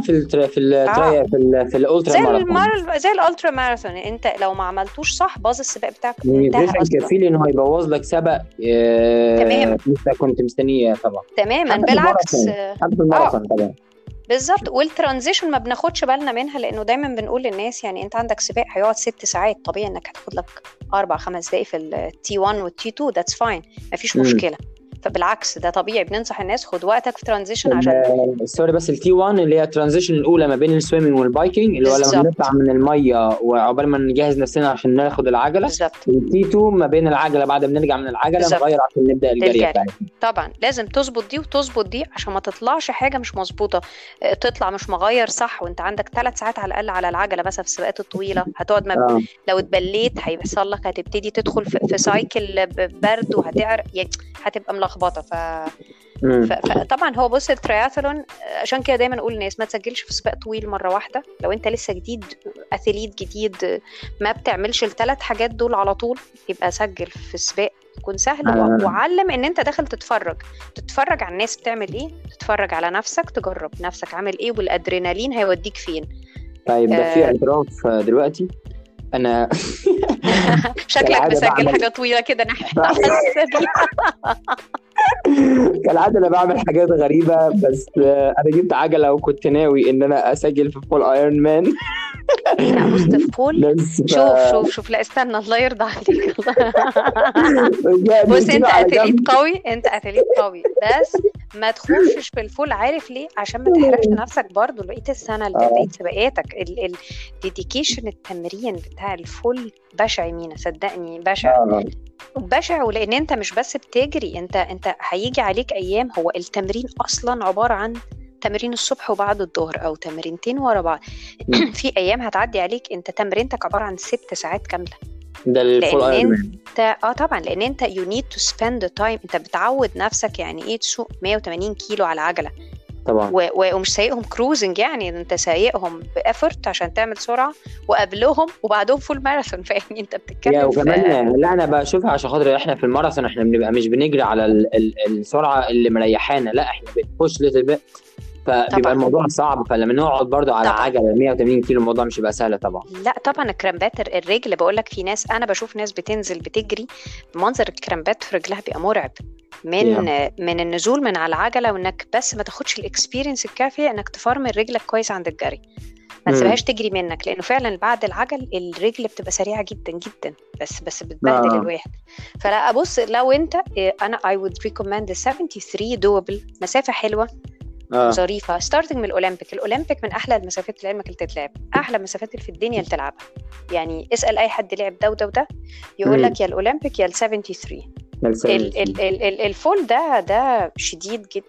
B: اه
A: في الالترا ماراثون،
B: زي الالترا ماراثون، انت لو ما عملتوش صح باظ السباق بتاعك، انتهى
A: النيوتريشن
B: اصلا.
A: كفيل ان هو يبوظ لك سبق
B: تماما
A: انت كنت مستنيه طبعا.
B: تماما
A: حتى في
B: بالعكس.
A: الماراثون، حتى في
B: اه
A: الماراثون طبعا.
B: بالظبط. والترانزيشن ما بناخدش بالنا منها، لانه دايما بنقول للناس يعني انت عندك سباق هيقعد 6 ساعات، طبيعي انك هتاخد لك 4-5 دقايق في التي 1 والتي 2، ذاتس فاين، مفيش مشكله. فبالعكس ده طبيعي، بننصح الناس خد وقتك في ترانزيشن عشان
A: سوري، بس التي 1 اللي هي الترانزيشن الاولى ما بين السويمنج والبايكنج، اللي هو لما بنطلع
B: بالظبط
A: من الميه وعقبال ما نجهز نفسنا عشان ناخد العجله.
B: بالظبط
A: التي 2 ما بين العجله، بعد ما نرجع من العجله
B: بالظبط
A: نغير عشان نبدا الجري
B: للجري.
A: بتاعتنا.
B: طبعا لازم تظبط دي وتظبط دي عشان ما تطلعش حاجه مش مظبوطه، تطلع مش مغير صح وانت عندك 3 ساعات على الاقل على العجله مثلا في السباقات الطويله، هتقعد لو اتبليت هيحصل لك، هتبتدي تدخل في سايكل برد وهتعرق، يعني هتبقى ملخبطه. فطبعا هو بص الترياثلون، عشان كده دايما اقول للناس ما تسجلش في سباق طويل مره واحده، لو انت لسه جديد اثليت جديد ما بتعملش ال3 حاجات دول على طول، يبقى سجل في سباق يكون سهل وعلم ان انت داخل تتفرج على الناس بتعمل ايه، تتفرج على نفسك، تجرب نفسك عامل ايه، والادرينالين هيوديك فين.
A: طيب ده في اعتراف دلوقتي انا
B: شكلك مسجل حاجه طويله كده انا حاسه بيها.
A: كالعاده انا بعمل حاجات غريبه، بس انا جبت عجله وكنت ناوي ان انا اسجل في فول ايرون مان.
B: لا بص في فول، شوف لا استنى الله يرضى عليك. بص انت اثليت قوي بس ما تخشش في الفول، عارف ليه؟ عشان ما تحرقش نفسك برضو بقيه السنه اللي بقيه سباقاتك. الديديكيشن التمرين بتاع الفول بشع مينا، صدقني بشع. ولان انت مش بس بتجري، انت هيجي عليك ايام هو التمرين اصلا عباره عن تمرين الصبح وبعد الظهر او تمرينتين ورا بعض. في ايام هتعدي عليك انت تمرينتك عباره عن 6 ساعات كامله،
A: ده الفول ايرون
B: مان. طبعا لان انت you need to spend the time، انت بتعود نفسك يعني ايه تسوق 180 كيلو على العجله
A: طبعا،
B: ومش سايقهم كروزنج، يعني انت سايقهم بافورت عشان تعمل سرعه، وقبلهم وبعدهم فول ماراثون، فاهمني انت بتتكلم.
A: وكمان لا انا بشوفها عشان خاطر احنا في الماراثون احنا بنبقى مش بنجري على السرعه اللي مريحانا، لا احنا بنبوش ليتل بيت، فبيبقى الموضوع صعب. فلما نقعد برضو على عجله 180 كيلو الموضوع مش هيبقى سهل طبعا.
B: لا طبعا الكرامبات الرجل، بقول لك في ناس، انا بشوف ناس بتنزل بتجري منظر الكرامبات في رجلها بيبقى مرعب من النزول من على العجله، وانك بس ما تاخدش الاكسبيرينس الكافيه انك تفرمل رجلك كويس عند الجري، ما تسيبهاش تجري منك، لانه فعلا بعد العجل الرجل بتبقى سريعه جدا جدا، بس بتبهدل الواحد. فلا ابص لو انت انا I would recommend 73 doable، مسافه حلوه ظريفه، ستارتنج من الأولمبيك من احلى المسافات اللي علمك اللي تتلعب، احلى مسافات اللي في الدنيا اللي تلعبها. يعني اسال اي حد لعب ده وده يقول لك يا الأولمبيك يا ال 73. الفول ده شديد جدا،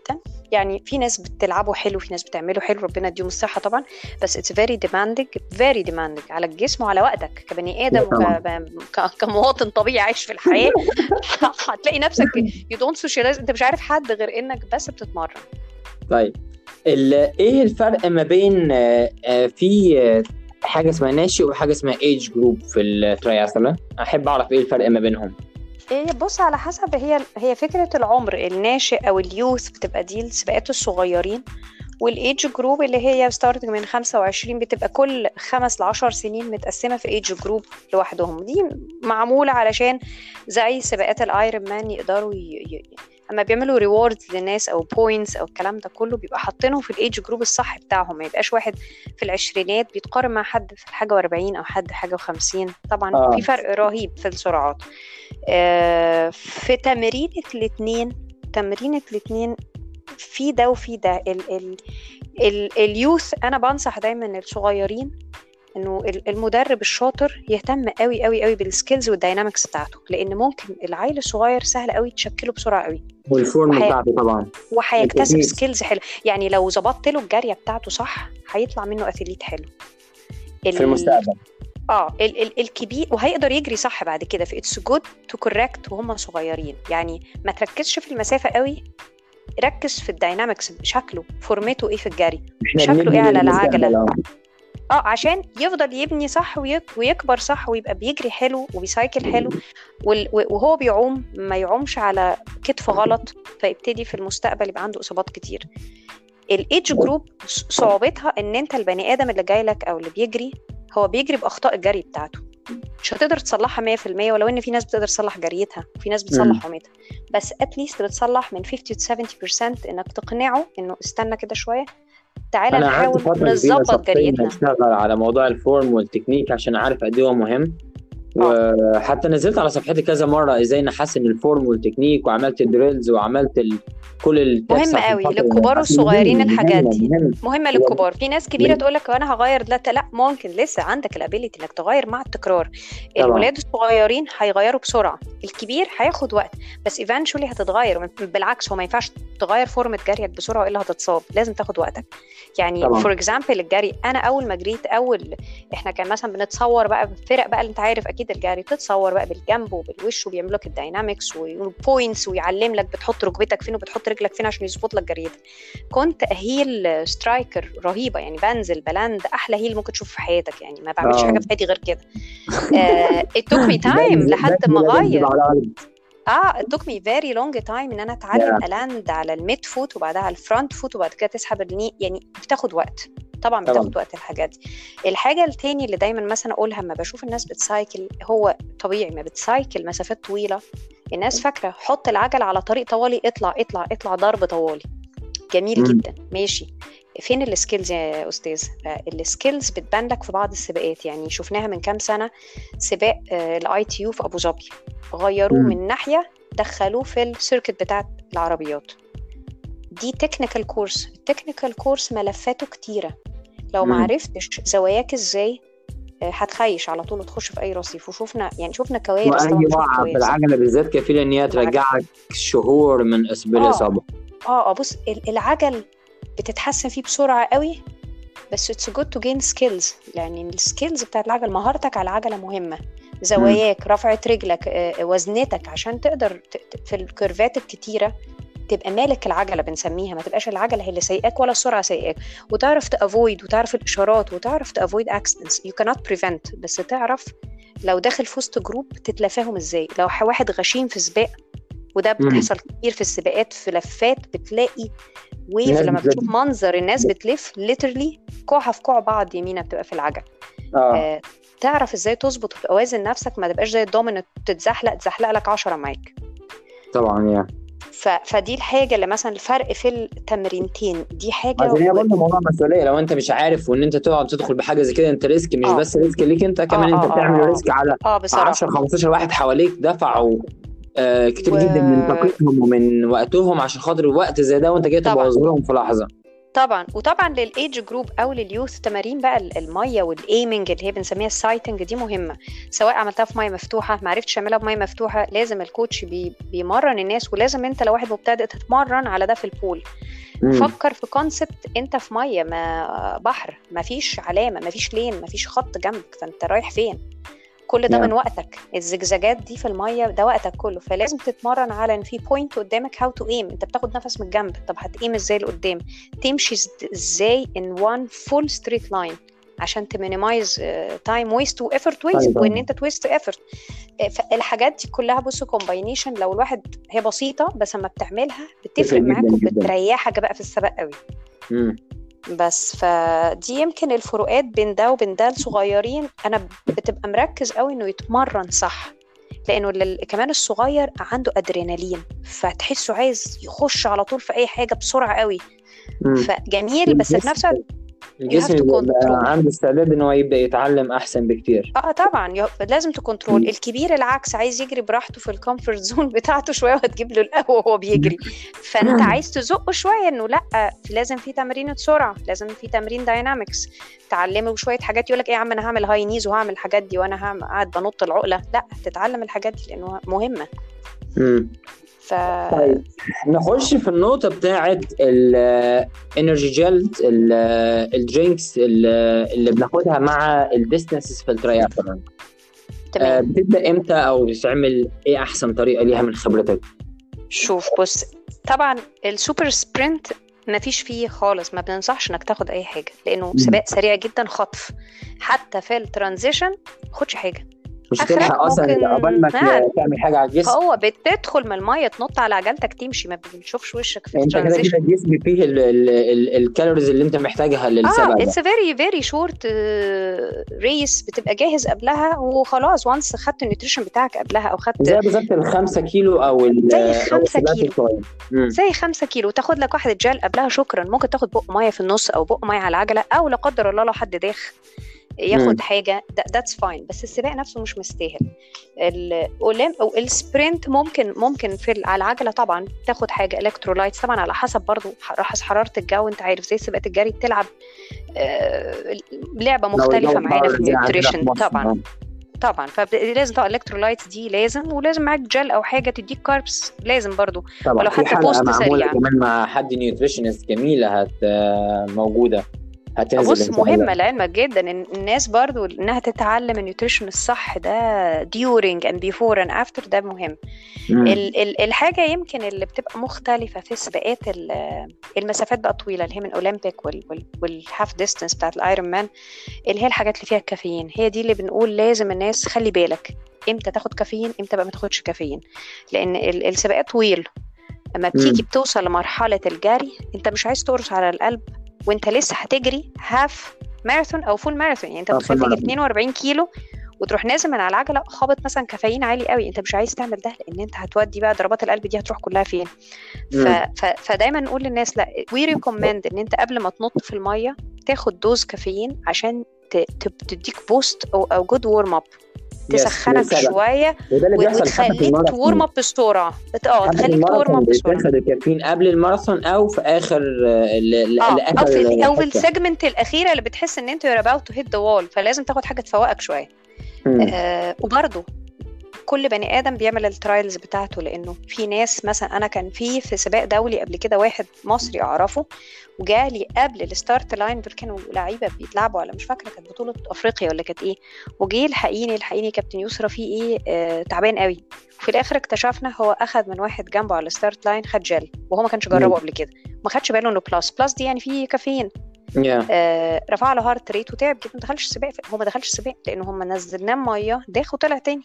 B: يعني في ناس بتلعبوا حلو، في ناس بتعمله حلو، ربنا يديهم الصحة طبعا، بس it's very demanding على الجسم وعلى وقتك كبني آدم
A: طبعا.
B: كمواطن طبيعي عايش في الحياة. هتلاقي نفسك you don't socialize، انت مش عارف حد غير انك بس بتتمرن.
A: طيب ايه الفرق ما بين في حاجه اسمها ناشئ وحاجه اسمها ايج جروب في التراياثلون؟ احب اعرف ايه الفرق ما بينهم.
B: إيه، بص على حسب، هي فكرة العمر، الناشئ او اليوث بتبقى دي السباقات الصغيرين، والايدج جروب اللي هي ستارتنج من 25 بتبقى كل 5 ل10 سنين متقسمة في ايدج جروب لوحدهم. دي معمولة علشان زي سباقات الايرون مان يقدروا اما بيعملوا ريورد للناس او بوينتس او الكلام ده كله بيبقى حاطينهم في الايدج جروب الصح بتاعهم، ما يبقاش واحد في العشرينات بيتقارن مع حد في الحاجة و40 او حد حاجة و50. طبعا في فرق رهيب في السرعات. في تمرينة الاتنين في ده وفي ده. اليوث انا بنصح دايما الصغيرين انه المدرب الشاطر يهتم قوي قوي قوي بالسكيلز والداينامكس بتاعته، لان ممكن العيل الصغير سهل قوي تشكله بسرعه قوي،
A: والفورم بتاعته طبعا،
B: وهيكتسب سكيلز حلو. يعني لو ظبطت له الجاريه بتاعته صح هيطلع منه اثليت حلو
A: في المستقبل.
B: الكبير، وهيقدر يجري صح بعد كده. في اتس جود تو كوركت وهم صغيرين، يعني ما تركزش في المسافه قوي، ركز في الداينامكس، شكله فورمته ايه في الجري، شكله ايه على العجله، عشان يفضل يبني صح ويكبر صح ويبقى بيجري حلو وبيسايكل حلو، وهو بيعوم ما يعومش على كتف غلط، فيبتدي في المستقبل يبقى عنده اصابات كتير. الايدج جروب صعوبتها ان انت البني ادم اللي جاي لك او اللي بيجري هو بيجري باخطاء الجري بتاعته، مش هتقدر تصلحها 100%، ولو ان في ناس بتقدر تصلح جريتها وفي ناس بتصلح عومتها، بس اتليست بتصلح من 50-70% انك تقنعه انه استنى كده شويه، تعالى نحاول نظبط جريتنا.
A: اشتغل على موضوع الفورم والتكنيك عشان عارف قد ايه هو مهم. وحتى نزلت على صفحتي كذا مره ازاي نحسن الفورم والتكنيك، وعملت دريلز وعملت كل التكس.
B: مهم قوي للكبار والصغيرين، الحاجات دي مهمه للكبار. في ناس كبيره تقول لك انا هغير، لا ممكن لسه عندك الابيليتي انك تغير مع التكرار. الولاد الصغيرين هيغيروا بسرعه، الكبير هياخد وقت، بس ايفانشولي هتتغير. بالعكس هو ما ينفعش تغير فورمه جريك بسرعه والا هتتصاب، لازم تاخد وقتك. يعني فور اكزامبل الجري، انا اول ما جريت احنا كان مثلا بنتصور بقى بفرق بقى اللي انت عارف اكيد الجري، بتتصور بقى بالجنب وبالوش وبيعمل لك الداينامكس وبوينتس ويعلم لك بتحط ركبتك فين وبتحط رجلك فين عشان يظبط لك جريتك. كنت هيل سترايكر رهيبه، يعني بنزل بلاند احلى هيل ممكن تشوف في حياتك، يعني ما بعملش حاجه في حياتي غير كده. it took me time لحد ما اغير. it took me very long time ان انا اتعلم الاند على الميد فوت وبعدها على الفرونت فوت وبعد كده تسحب الني، يعني بتاخد وقت طبعا بتاخد وقت الحاجات دي. الحاجه التاني اللي دايما مثلا اقولها لما بشوف الناس بتسايكل، هو طبيعي ما بتسايكل مسافات طويله، الناس فاكره حط العجل على طريق طوالي، اطلع ضرب طوالي جميل جدا ماشي. فين السكيلز يا استاذ؟ السكيلز بتبان لك في بعض السباقات، يعني شفناها من كام سنه سباق الاي تي يو في ابو ظبي، غيروه من ناحيه دخلوه في السيركت بتاعت العربيات. دي تكنيكال كورس، التكنيكال كورس ملفاته كتيره، لو ما عرفتش زواياك ازاي هتخيش على طول وتخش في اي رصيف. وشوفنا كوارث طبعا،
A: واي وقعه في العجله بالذات كفيله ان هي ترجعك شهور من الاصابه.
B: بص العجل بتتحسن فيه بسرعه قوي، بس it's good to gain skills، يعني السكيلز بتاعت العجل، مهارتك على العجله مهمه، زواياك، رفعه رجلك، وزنتك، عشان تقدر في الكيرفات الكتيره تبقى مالك العجله بنسميها، ما تبقاش العجله هي اللي سايقاك ولا السرعه سايقاك، وتعرف تافويد وتعرف الاشارات وتعرف تافويد اكسيدنتس. you cannot prevent، بس تعرف لو داخل في وسط جروب تتلافاهم ازاي. لو واحد غشيم في سباق، وده بتحصل كتير في السباقات، في لفات بتلاقي ويف لما بتشوف منظر الناس بتلف literally كوعها في كوع بعض يمينة بتبقى في العجل. تعرف ازاي تظبط وتوازن نفسك، ما تبقاش زي الدومينت تزحلق لك 10 معاك
A: طبعا يعني.
B: فدي الحاجة اللي مثلا الفرق في التمرينتين، دي حاجة
A: عشان هي برضه موضوع مسؤولية. لو انت مش عارف وان انت تقعد تدخل بحاجة زي كده، انت ريسك، مش بس ريسك ليك انت كمان، انت بتعمل ريسك على 10-15 واحد حواليك دفعوا كتير جدا من طاقتهم ومن وقتهم عشان خاطر الوقت زي ده، وانت جاي تبوظ لهم في لحظة.
B: وطبعا للايدج جروب او لليوث تمارين بقى الميه والايمنج اللي هي بنسميها السايتنج، دي مهمه. سواء عملتها في ميه مفتوحه، ما عرفتش اعملها بميه مفتوحه، لازم الكوتش بيمرن الناس، ولازم انت لو واحد مبتدئ تتمرن على ده في البول.
A: امم.
B: فكر في كونسبت، انت في ميه، ما بحر، ما فيش علامه، ما فيش لين، ما فيش خط جنبك، فانت رايح فين؟ كل ده
A: يا
B: من وقتك، الزجزاجات دي في الميه ده وقتك كله. فلازم تتمرن على ان في بوينت قدامك، هاو تو ايم. انت بتاخد نفس من الجنب، طب هتقيم ازاي لقدام؟ تمشي ازاي in one full straight line عشان تمينيمايز تايم ويست وافورت ويست، وان
A: طيب.
B: انت تويست افورت. الحاجات دي كلها بص كومباينيشن، لو الواحد هي بسيطه بس لما بتعملها
A: تفرق
B: بتفرق
A: جدا
B: معاك
A: جدا.
B: وبتريحك بقى في السباق قوي.
A: امم.
B: بس فدي يمكن الفروقات بين ده وبين ده. الصغيرين انا بتبقى مركز قوي انه يتمرن صح، لانه كمان الصغير عنده ادرينالين، فتحسه عايز يخش على طول في اي حاجه بسرعه قوي،
A: امم.
B: فجميل بس في
A: الجسم
B: نفس الوقت you have
A: الجسم
B: to
A: بيبقى
B: control.
A: عنده استعداد ان هو يبدأ يتعلم احسن بكتير.
B: اه طبعا لازم تكنترول.
A: مم.
B: الكبير العكس، عايز يجري براحته في الكومفورت زون بتاعته شويه، وهتجيب له القهوه وهو بيجري، فانت عايز تزقه شويه انه لا، لازم في تمرين سرعه، لازم في تمرين داينامكس، تعلمه شويه حاجات. يقول لك ايه يا عم انا هعمل هاي نيز وهعمل الحاجات دي وانا قاعد بنط العقله، لا تتعلم الحاجات دي لانه مهمه.
A: امم.
B: ف
A: طيب نخش في النقطة بتاعت الانرجي جيلز، الدرينكس اللي بناخدها مع الديستنسز في الترياثلون.
B: تمام.
A: بتبدأ امتى او بتعمل ايه احسن طريقة ليها من خبرتك؟
B: شوف بص، طبعا السوبر سبرنت ما فيش فيه خالص، ما بننصحش انك تاخد اي حاجه لانه سباق سريع جدا، خطف. حتى في الترانزيشن خدش حاجه،
A: مش
B: اخرك
A: هتلحق اصلا
B: ممكن
A: عقبال ما تعمل حاجة على الجسم.
B: هو بتدخل من الميه تنط على عجلتك تمشي، ما بنشوفش وشك في
A: انت كده
B: الترانزيشن.
A: الجسم فيه الكالوريز اللي انت محتاجها للسباق ده.
B: it's a very very short race، بتبقى جاهز قبلها وخلاص. وانس خدت النيوتريشن بتاعك قبلها او خدت
A: زي بالظبط ال5 كيلو او
B: زي
A: او
B: 5 كيلو
A: الصغير.
B: زي 5 كيلو تاخد لك واحدة جل قبلها شكرا. ممكن تاخد بق ميه في النص او بق ميه على العجله، او لا قدر الله لو حد داخ ياخد حاجه، that's fine. بس السباق نفسه مش مستاهل. او السبرنت ممكن على العجله طبعا تاخد حاجه الكترولايتس، طبعا على حسب برضو حراره الجو. انت عارف زي سباقات الجري بتلعب لعبه مختلفه معانا في النيوتريشن طبعا فلازم طبعا الكترولايتس دي لازم، ولازم معاك جل او حاجه تديك كاربس لازم برضو، ولو حتى بوست سريع.
A: كمان مع حد نيوتريشنست جميله موجوده هتنزل.
B: بص مهمة لعلمك جدا إن الناس برضو إنها تتعلم النيوتريشن الصح ده during and before and after، ده مهم. الحاجة يمكن اللي بتبقى مختلفة في سباقات المسافات بقى طويلة اللي هي من أولمبيك والهاف ديستنس بتاعت الآيرون مان، اللي هي الحاجات اللي فيها الكافيين، هي دي اللي بنقول لازم الناس خلي بالك إمتى تاخد كافيين إمتى بقى ما تاخدش كافيين. لأن السباقات طويل، لما بتيجي بتوصل لمرحلة الجري أنت مش عايز تقرص على القلب وانت لسه هتجري هاف ماراثون او فول ماراثون. يعني انت بتخاف تجري 42 كيلو وتروح نازل من على العجله خابط مثلا كافيين عالي قوي، انت مش عايز تعمل ده لان انت هتودي بقى ضربات القلب دي هتروح كلها فين. فدايما نقول للناس لا، وي ريكومند ان انت قبل ما تنط في الميه تاخد دوز كافيين عشان تديك بوست او جود وورم اب، تسخنك شويه وتخليك تورم اب بسرعه. تخليك تورم اب بسرعه.
A: تاخد الكافيين قبل الماراثون او في اخر
B: او في السيجمنت الاخيره اللي بتحس ان انت you're about to hit the wall، فلازم تاخد حاجه تفوقك شويه. وبرضه كل بني ادم بيعمل الترايلز بتاعته، لانه في ناس مثلا انا كان في سباق دولي قبل كده واحد مصري اعرفه وجالي قبل الستارت لاين، دول كانوا لعيبه بيتلعبوا على مش فاكره كانت بطوله افريقيا ولا كانت ايه، وجي الحقيني كابتن يسرى في ايه تعبان قوي. وفي الاخر اكتشفنا هو اخذ من واحد جنبه على الستارت لاين خد جل، وهو ما كانش جربه قبل كده، ما خدش باله انه بلس دي يعني فيه كافيين. رفع له هارت ريت وتعب جدا، ما دخلش السباق. هو ما دخلش السباق لانه هم نزلناه ميه داخل وطلع تاني.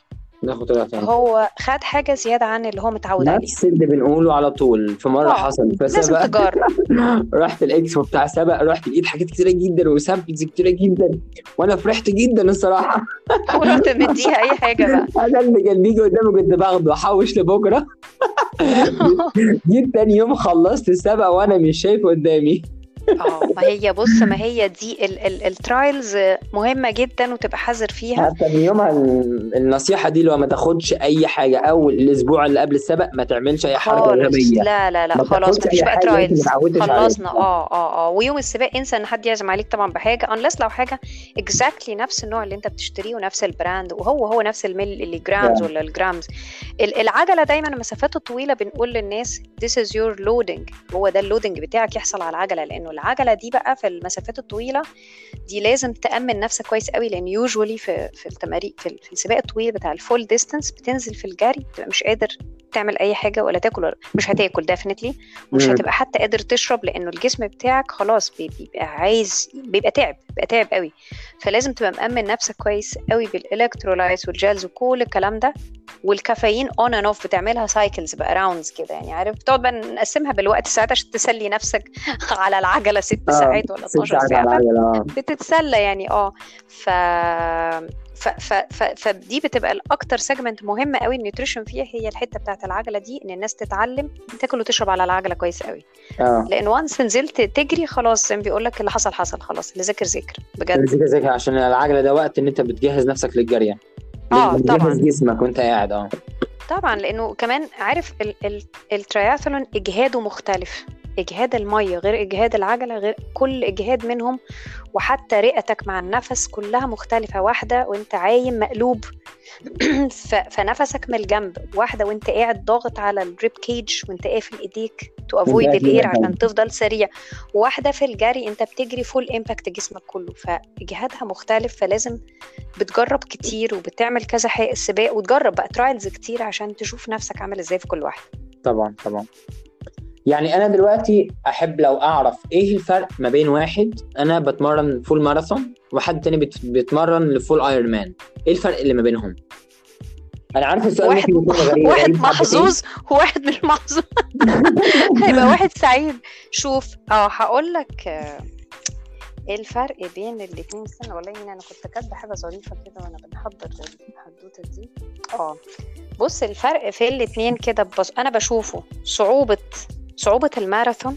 B: هو خد حاجة زيادة عن اللي هو متعود عليه.
A: نفس اللي بنقوله على طول. في مرة حصل في
B: لازم تجرب.
A: رحت الاكسبو بتاع سبق، رحت لقيت حاجات كتيرة جدا وسامبلز كتيرة جدا وانا فرحت جدا الصراحة.
B: ورحت مديها اي حاجة بقى.
A: انا اللي كان بيجي قدامي كنت باخده احوش لبكرة. جيت تاني يوم خلصت السبق وانا مش شايف قدامي.
B: ما هي دي الترايلز مهمة جدا وتبقى حذر فيها.
A: حتى من يومها النصيحة دي، لو ما تاخدش أي حاجة أول الأسبوع اللي قبل السبق، ما تعملش أي حركة
B: خالص،
A: غبية،
B: لا
A: ما
B: خلاص،
A: تاخدش
B: مفيش
A: أي
B: بقى
A: حاجة أنت ما
B: ترايلز،
A: اتعودتش عليها.
B: خلصنا. ويوم السباق انسى ان حد يعزم عليك طبعا بحاجه، unless لو حاجه exactly نفس النوع اللي انت بتشتريه ونفس البراند وهو نفس الملي جرامز ولا الجرامز. العجله دايما المسافات الطويله بنقول للناس this is your loading، هو ده اللودنج بتاعك يحصل على العجله، لانه العجله دي بقى في المسافات الطويله دي لازم تأمن نفسك كويس قوي، لان يوجوالي في التمارين في السباق الطويل بتاع الفول ديستانس بتنزل في الجري تبقى مش قادر تعمل اي حاجه ولا تاكل، ولا مش هتاكل ديفينتلي، مش هتبقى حتى قادر تشرب، لانه الجسم بتاعك خلاص بيبقى تعب قوي. فلازم تبقى مأمن نفسك كويس قوي بالالكترولايتس والجلز وكل الكلام ده، والكافيين اون اند اوف بتعملها سايكلز بقى راوندز كده، يعني عارف، بتقعد بقى نقسمها بالوقت ساعات عشان تسلي نفسك على العجله 6 ساعات ولا 12 ساعه بتتسلى يعني. ف فدي بتبقى الاكتر سيجمنت مهمه قوي النيوتريشن فيها، هي الحته بتاعت العجله دي، ان الناس تتعلم تاكل وتشرب على العجله كويس قوي. لان وانس نزلت تجري خلاص، زي ما بيقول لك اللي حصل خلاص، اللي ذاكر بجد،
A: ذاكر عشان العجله ده وقت ان انت بتجهز نفسك للجري،
B: طبعا
A: جسمك وانت قاعد.
B: طبعا، لانه كمان عارف الترياثلون اجهاده مختلف، اجهاد الميه غير اجهاد العجله، غير كل اجهاد منهم، وحتى رئتك مع النفس كلها مختلفه، واحده وانت عايم مقلوب فنفسك من الجنب، واحده وانت قاعد ضاغط على الريب كيج وانت قافل ايديك تو افويد الاير عشان تفضل سريع، واحده في الجري انت بتجري فول امباكت جسمك كله، فاجهادها مختلف. فلازم بتجرب كتير وبتعمل كذا سباق، وتجرب بقى ترايلز كتير عشان تشوف نفسك عامل ازاي في كل واحده.
A: طبعا. يعني انا دلوقتي احب لو اعرف ايه الفرق ما بين واحد انا بتمرن فول ماراثون وحد تاني بيتمرن لفول ايرون مان، ايه الفرق اللي ما بينهم؟ انا عارف السؤال ممكن يكون غريب،
B: واحد محظوظ وواحد مش محظوظ هيبقى واحد سعيد. شوف هقول لك ايه الفرق بين الاثنين. استنى والله ان انا كنت كاتبه حاجه ظريفه كده وانا بنحضر الحدوته دي. بص الفرق في الاثنين كده، بس انا بشوفه صعوبه الماراثون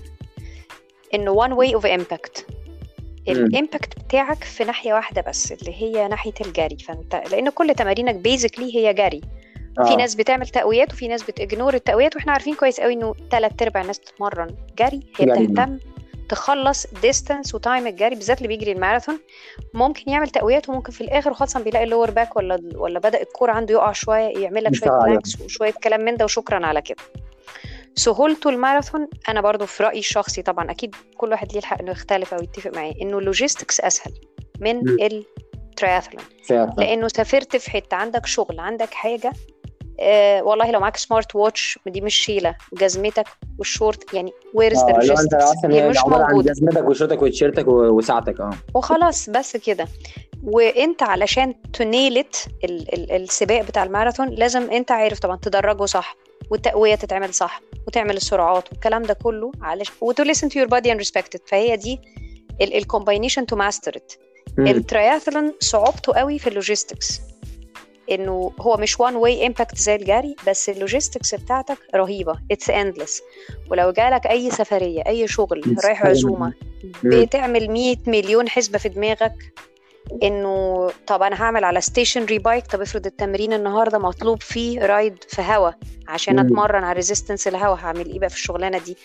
B: انه one way of impact، الامباكت بتاعك في ناحيه واحده بس اللي هي ناحيه الجري. فانت لان كل تمارينك بيزيكلي هي جري، في ناس بتعمل تقويات وفي ناس بتجنور التقويات، واحنا عارفين كويس قوي انه 3/4 الناس بتتمرن جري، هي بتهتم تخلص ديستانس وتايم الجري، بالذات اللي بيجري الماراثون ممكن يعمل تقويات وممكن في الاخر خالص بيلاقي اللور باك ولا بدأ الكور عنده يقع شويه، يعمل لك شويه بلانكس وشويه كلام من ده وشكرا على كده. سهولته الماراثون انا برضو في رأيي الشخصي، طبعا اكيد كل واحد ليه الحق انه يختلف او يتفق معايا، انه اللوجيستكس اسهل من الترياثلون، لانه سافرت في حته عندك شغل، عندك حاجه والله لو معاك سمارت واتش دي مش شيله، وجزمتك والشورت، يعني ويرز ذا لوجيستكس،
A: هي مش موجوده، جزمتك وشورتك وتيشيرتك وساعتك
B: وخلاص بس كده. وانت علشان تنيلت السباق بتاع الماراثون لازم انت عارف طبعا تدرجه صح، والتقويه تتعمل صح، وتعمل السرعات والكلام ده كله وتو listen to your body and respect it. فهي دي الكومباينيشن تو ماستر ات. الترياثلون صعوبته قوي في اللوجيستكس، انه هو مش one way impact زي الجري، بس اللوجيستكس بتاعتك رهيبة، it's endless. ولو جالك اي سفرية اي شغل رايح عزومة بتعمل 100 مليون حسبة في دماغك، انه طب انا هعمل على ستيشنري بايك، طب افرض التمرين النهارده مطلوب فيه رايد في هوا عشان اتمرن على ريزيستنس الهوا، هعمل ايه بقى في الشغلانه دي؟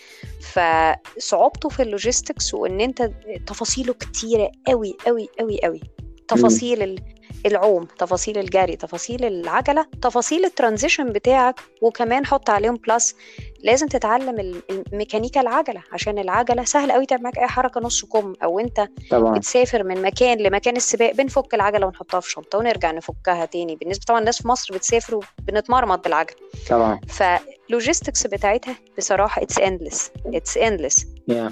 B: فصعوبته في اللوجيستكس، وان انت تفاصيله كتيره قوي قوي قوي قوي، تفاصيل العوم، تفاصيل الجري، تفاصيل العجله، تفاصيل الترانزيشن بتاعك، وكمان حط عليهم بلس لازم تتعلم الميكانيكا العجله، عشان العجله سهل قوي تعمل معاك اي حركه نص كم، او انت طبعا بتسافر من مكان لمكان السباق بنفك العجله ونحطها في شنطه ونرجع نفكها تاني. بالنسبه طبعا الناس في مصر بتسافر وبنتمرمط بالعجله طبعا، فاللوجيستكس بتاعتها بصراحه it's endless.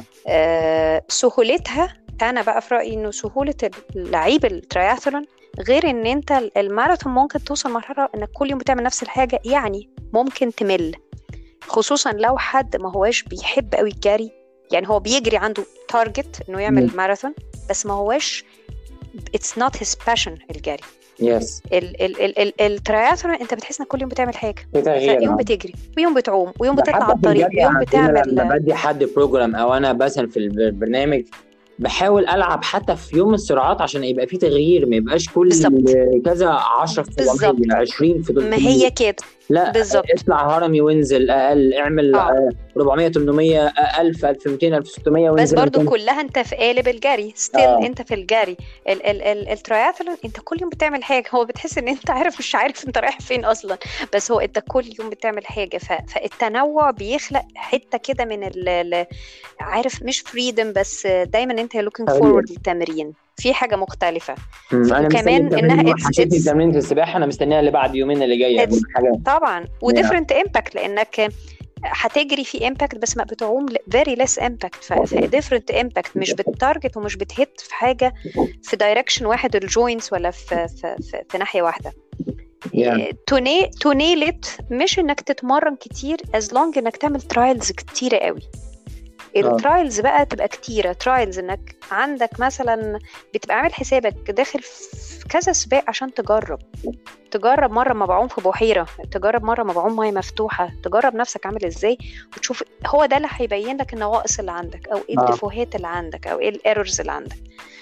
B: سهولتها انا بقى في رايي انه سهوله اللعيب الترياثلون غير ان انت الماراثون ممكن توصل مرحله انك كل يوم بتعمل نفس الحاجه، يعني ممكن تمل، خصوصا لو حد ما هواش بيحب قوي الجري، يعني هو بيجري عنده تارجت انه يعمل ماراثون، بس ما هواش it's not his passion الجري،
A: يس
B: التراياثلون انت بتحس انك كل يوم بتعمل حاجه،
A: في تغيير.
B: يوم بتجري ويوم بتعوم ويوم
A: ده
B: بتطلع
A: حتى
B: على
A: في
B: الطريق
A: الجري
B: ويوم
A: عندنا لما
B: بتعمل.
A: بدي حد بروجرام او انا مثلا في البرنامج بحاول العب حتى في يوم السرعات عشان يبقى في تغيير، ما يبقاش كل
B: بالظبط
A: كذا 10 في 700
B: بالظبط
A: 20 في
B: ما
A: 300.
B: هي كده
A: لا
B: بالظبط.
A: اطلع هرمي وانزل اقل، اعمل
B: اه
A: 400 800 1000 1200 1600
B: بس
A: وانزل
B: برضو
A: تاني.
B: كلها انت في قالب الجري ستيل،
A: اه
B: انت في الجري. التراياثلون انت كل يوم بتعمل حاجه، هو بتحس ان انت عارف مش عارف انت رايح فين اصلا، بس هو انت كل يوم بتعمل حاجه. فالتنوع بيخلق حته كده من عارف مش فريدم، بس دايما انت looking
A: تغيير.
B: forward للتمرين في حاجه مختلفه.
A: انا مستني
B: وكمان
A: التمرين،
B: انها
A: وحشتني تمرين السباحه، انا مستنيها اللي بعد يومين اللي جايه
B: it's
A: حاجه.
B: طبعا
A: Yeah.
B: وديفرنت امباكت، لانك هتجري في امباكت بس ما بتعوم very less impact. فديفرنت امباكت، مش بتارجت ومش بتهت في حاجه في دايركشن واحد الجوينتس ولا في ناحيه واحده.
A: Yeah.
B: تو نيل مش انك تتمرن كتير as long انك تعمل ترايلز كتيره قوي. الترايلز بقى تبقى كتيره، ترايلز انك عندك مثلا بتبقى عامل حسابك داخل في كذا سباق عشان تجرب مرة ما بعوم في بحيرة، تجرب مرة ما بعوم مية مفتوحة، تجرب نفسك عامل ازاي وتشوف. هو ده اللي هيبين لك النواقص اللي عندك او ايه الدفوهات اللي عندك او ايه الايرورز اللي عندك.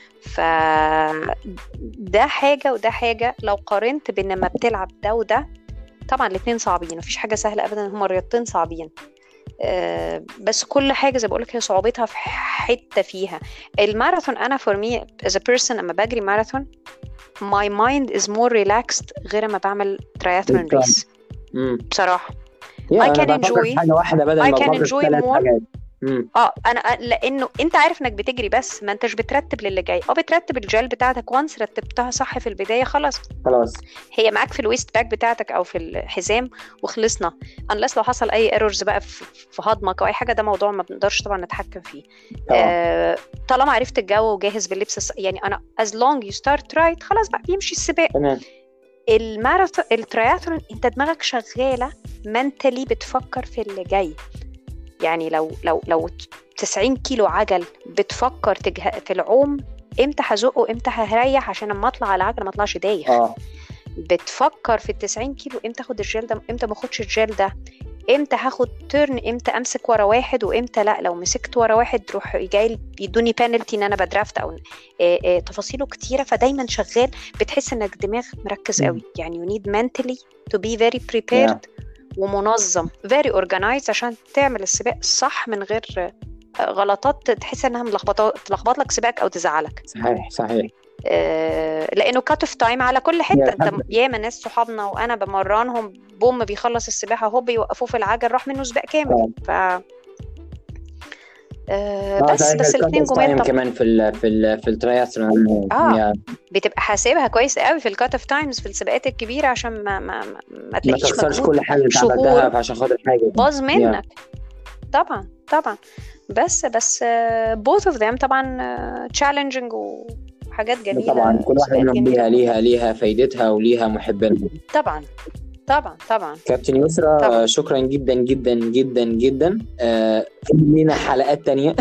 B: ده حاجة وده حاجة. لو قارنت بين لما بتلعب ده وده، طبعا الاتنين صعبين، مفيش حاجة سهلة ابدا، هما الرياضتين صعبين. بس كل حاجة زي بقولك هي صعوبتها في حتة فيها. الماراثون أنا for me as a person أما بجري ماراثون my mind is more relaxed غير ما بعمل triathlon race بصراحة.
A: I can enjoy حاجة واحدة بدل ما بفكر في 3 حاجات.
B: انا لانه انت عارف انك بتجري بس ما انتش بترتب للي جاي، بترتب الجل بتاعتك وانس رتبتها صح في البدايه خلاص هي معاك في الويست باك بتاعتك او في الحزام وخلصنا. unless لو حصل اي ايرورز بقى في هضمك او اي حاجه، ده موضوع ما بنقدرش طبعا نتحكم فيه. طالما عرفت الجو وجاهز باللبس يعني انا as long you start right خلاص بقى بيمشي السباق. الماراثون الترياثلون انت دماغك شغاله منتلي بتفكر في اللي جاي. يعني لو 90 كيلو عجل بتفكر في العوم امتى هزقه امتى هريح عشان لما اطلع على العجله ما اطلعش دايخ. بتفكر في 90 كيلو امتى اخد الجل ده امتى ما اخدش الجل ده، امتى هاخد تيرن امتى امسك ورا واحد وامتى لا، لو مسكت ورا واحد تروح جاي يدوني بينالتي ان انا بدرافت او تفاصيله كتيره. فدايما شغال بتحس انك دماغ مركز قوي. يعني you need mentally to be very prepared ومنظم very organized عشان تعمل السباق صح من غير غلطات تحس انها تلخبط لك سباقك او تزعلك.
A: صحيح
B: لانه كات اوف تايم على كل حته. انت ياما ناس صحابنا وانا بمرنهم بوم بيخلص السباحه هوب يوقفوه في العجل راح منه سباق كامل. بس الاثنين جمال
A: كمان في التراياثلون
B: بتبقى حاسبها كويس قوي في الكات اوف تايمز في السباقات الكبيره عشان ما تلاقيش
A: تخسرش كل حاجه انت عملتها عشان خاطر حاجه
B: باظ منك. طبعا بس both of them طبعا challenging وحاجات جميله.
A: طبعا كل واحده منهم ليها فايدتها وليها محبينها.
B: طبعا
A: كابتن يسرا شكرا جدا جدا جدا جدا. لينا حلقات تانية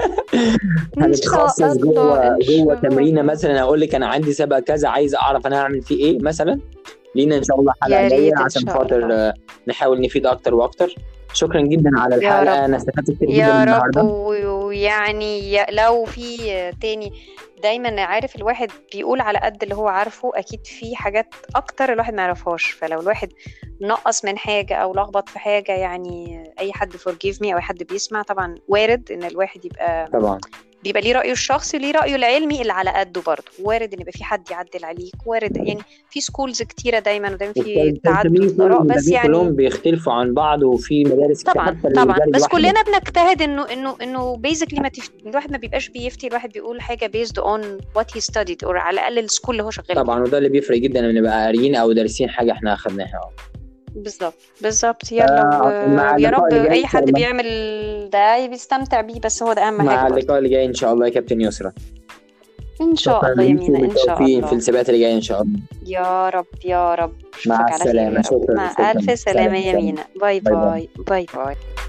A: هنتخصص جوه تمرينه. مثلا اقول لك انا عندي سبق كذا عايز اعرف انا هعمل فيه ايه مثلا. لينا ان شاء الله حلقه جايه عشان خاطر نحاول نفيد اكتر واكتر. شكرا جدا على الحلقه، انا استفدت كتير جدا النهارده.
B: ويعني لو في تاني دايما عارف الواحد بيقول على قد اللي هو عارفه، اكيد في حاجات اكتر الواحد ما يعرفهاش. فلو الواحد نقص من حاجه او لخبط في حاجه يعني اي حد forgive me او اي حد بيسمع طبعا وارد ان الواحد يبقى
A: طبعا
B: بيبقى ليه رأيه الشخصي وليه رأيه العلمي اللي على قده برضه. وارد ان يبقى في حد يعدل عليك، وارد يعني في سكولز كتيره دايما في تعدد آراء، بس يعني
A: كلهم بيختلفوا عن بعض وفي مدارس
B: طبعا بس كلنا بنجتهد انه بيزيكلي الواحد ما بيبقاش بيفتي، الواحد بيقول حاجه based on what he studied او على الاقل السكول اللي هو شغال
A: طبعا. وده اللي بيفرق جدا لما نبقى قاريين او دارسين حاجه احنا اخدناها.
B: بالظبط يلا يا رب اي حد بيعمل ده بيستمتع بيه، بس هو ده اهم حاجه.
A: مع اللقاء اللي جاي ان شاء الله يا كابتن يسرا.
B: ان شاء الله يا مينا ان شاء الله
A: في السباقات اللي جايه ان شاء الله.
B: يا رب
A: مع السلامه.
B: مع الف سلامه يا مينا. باي باي.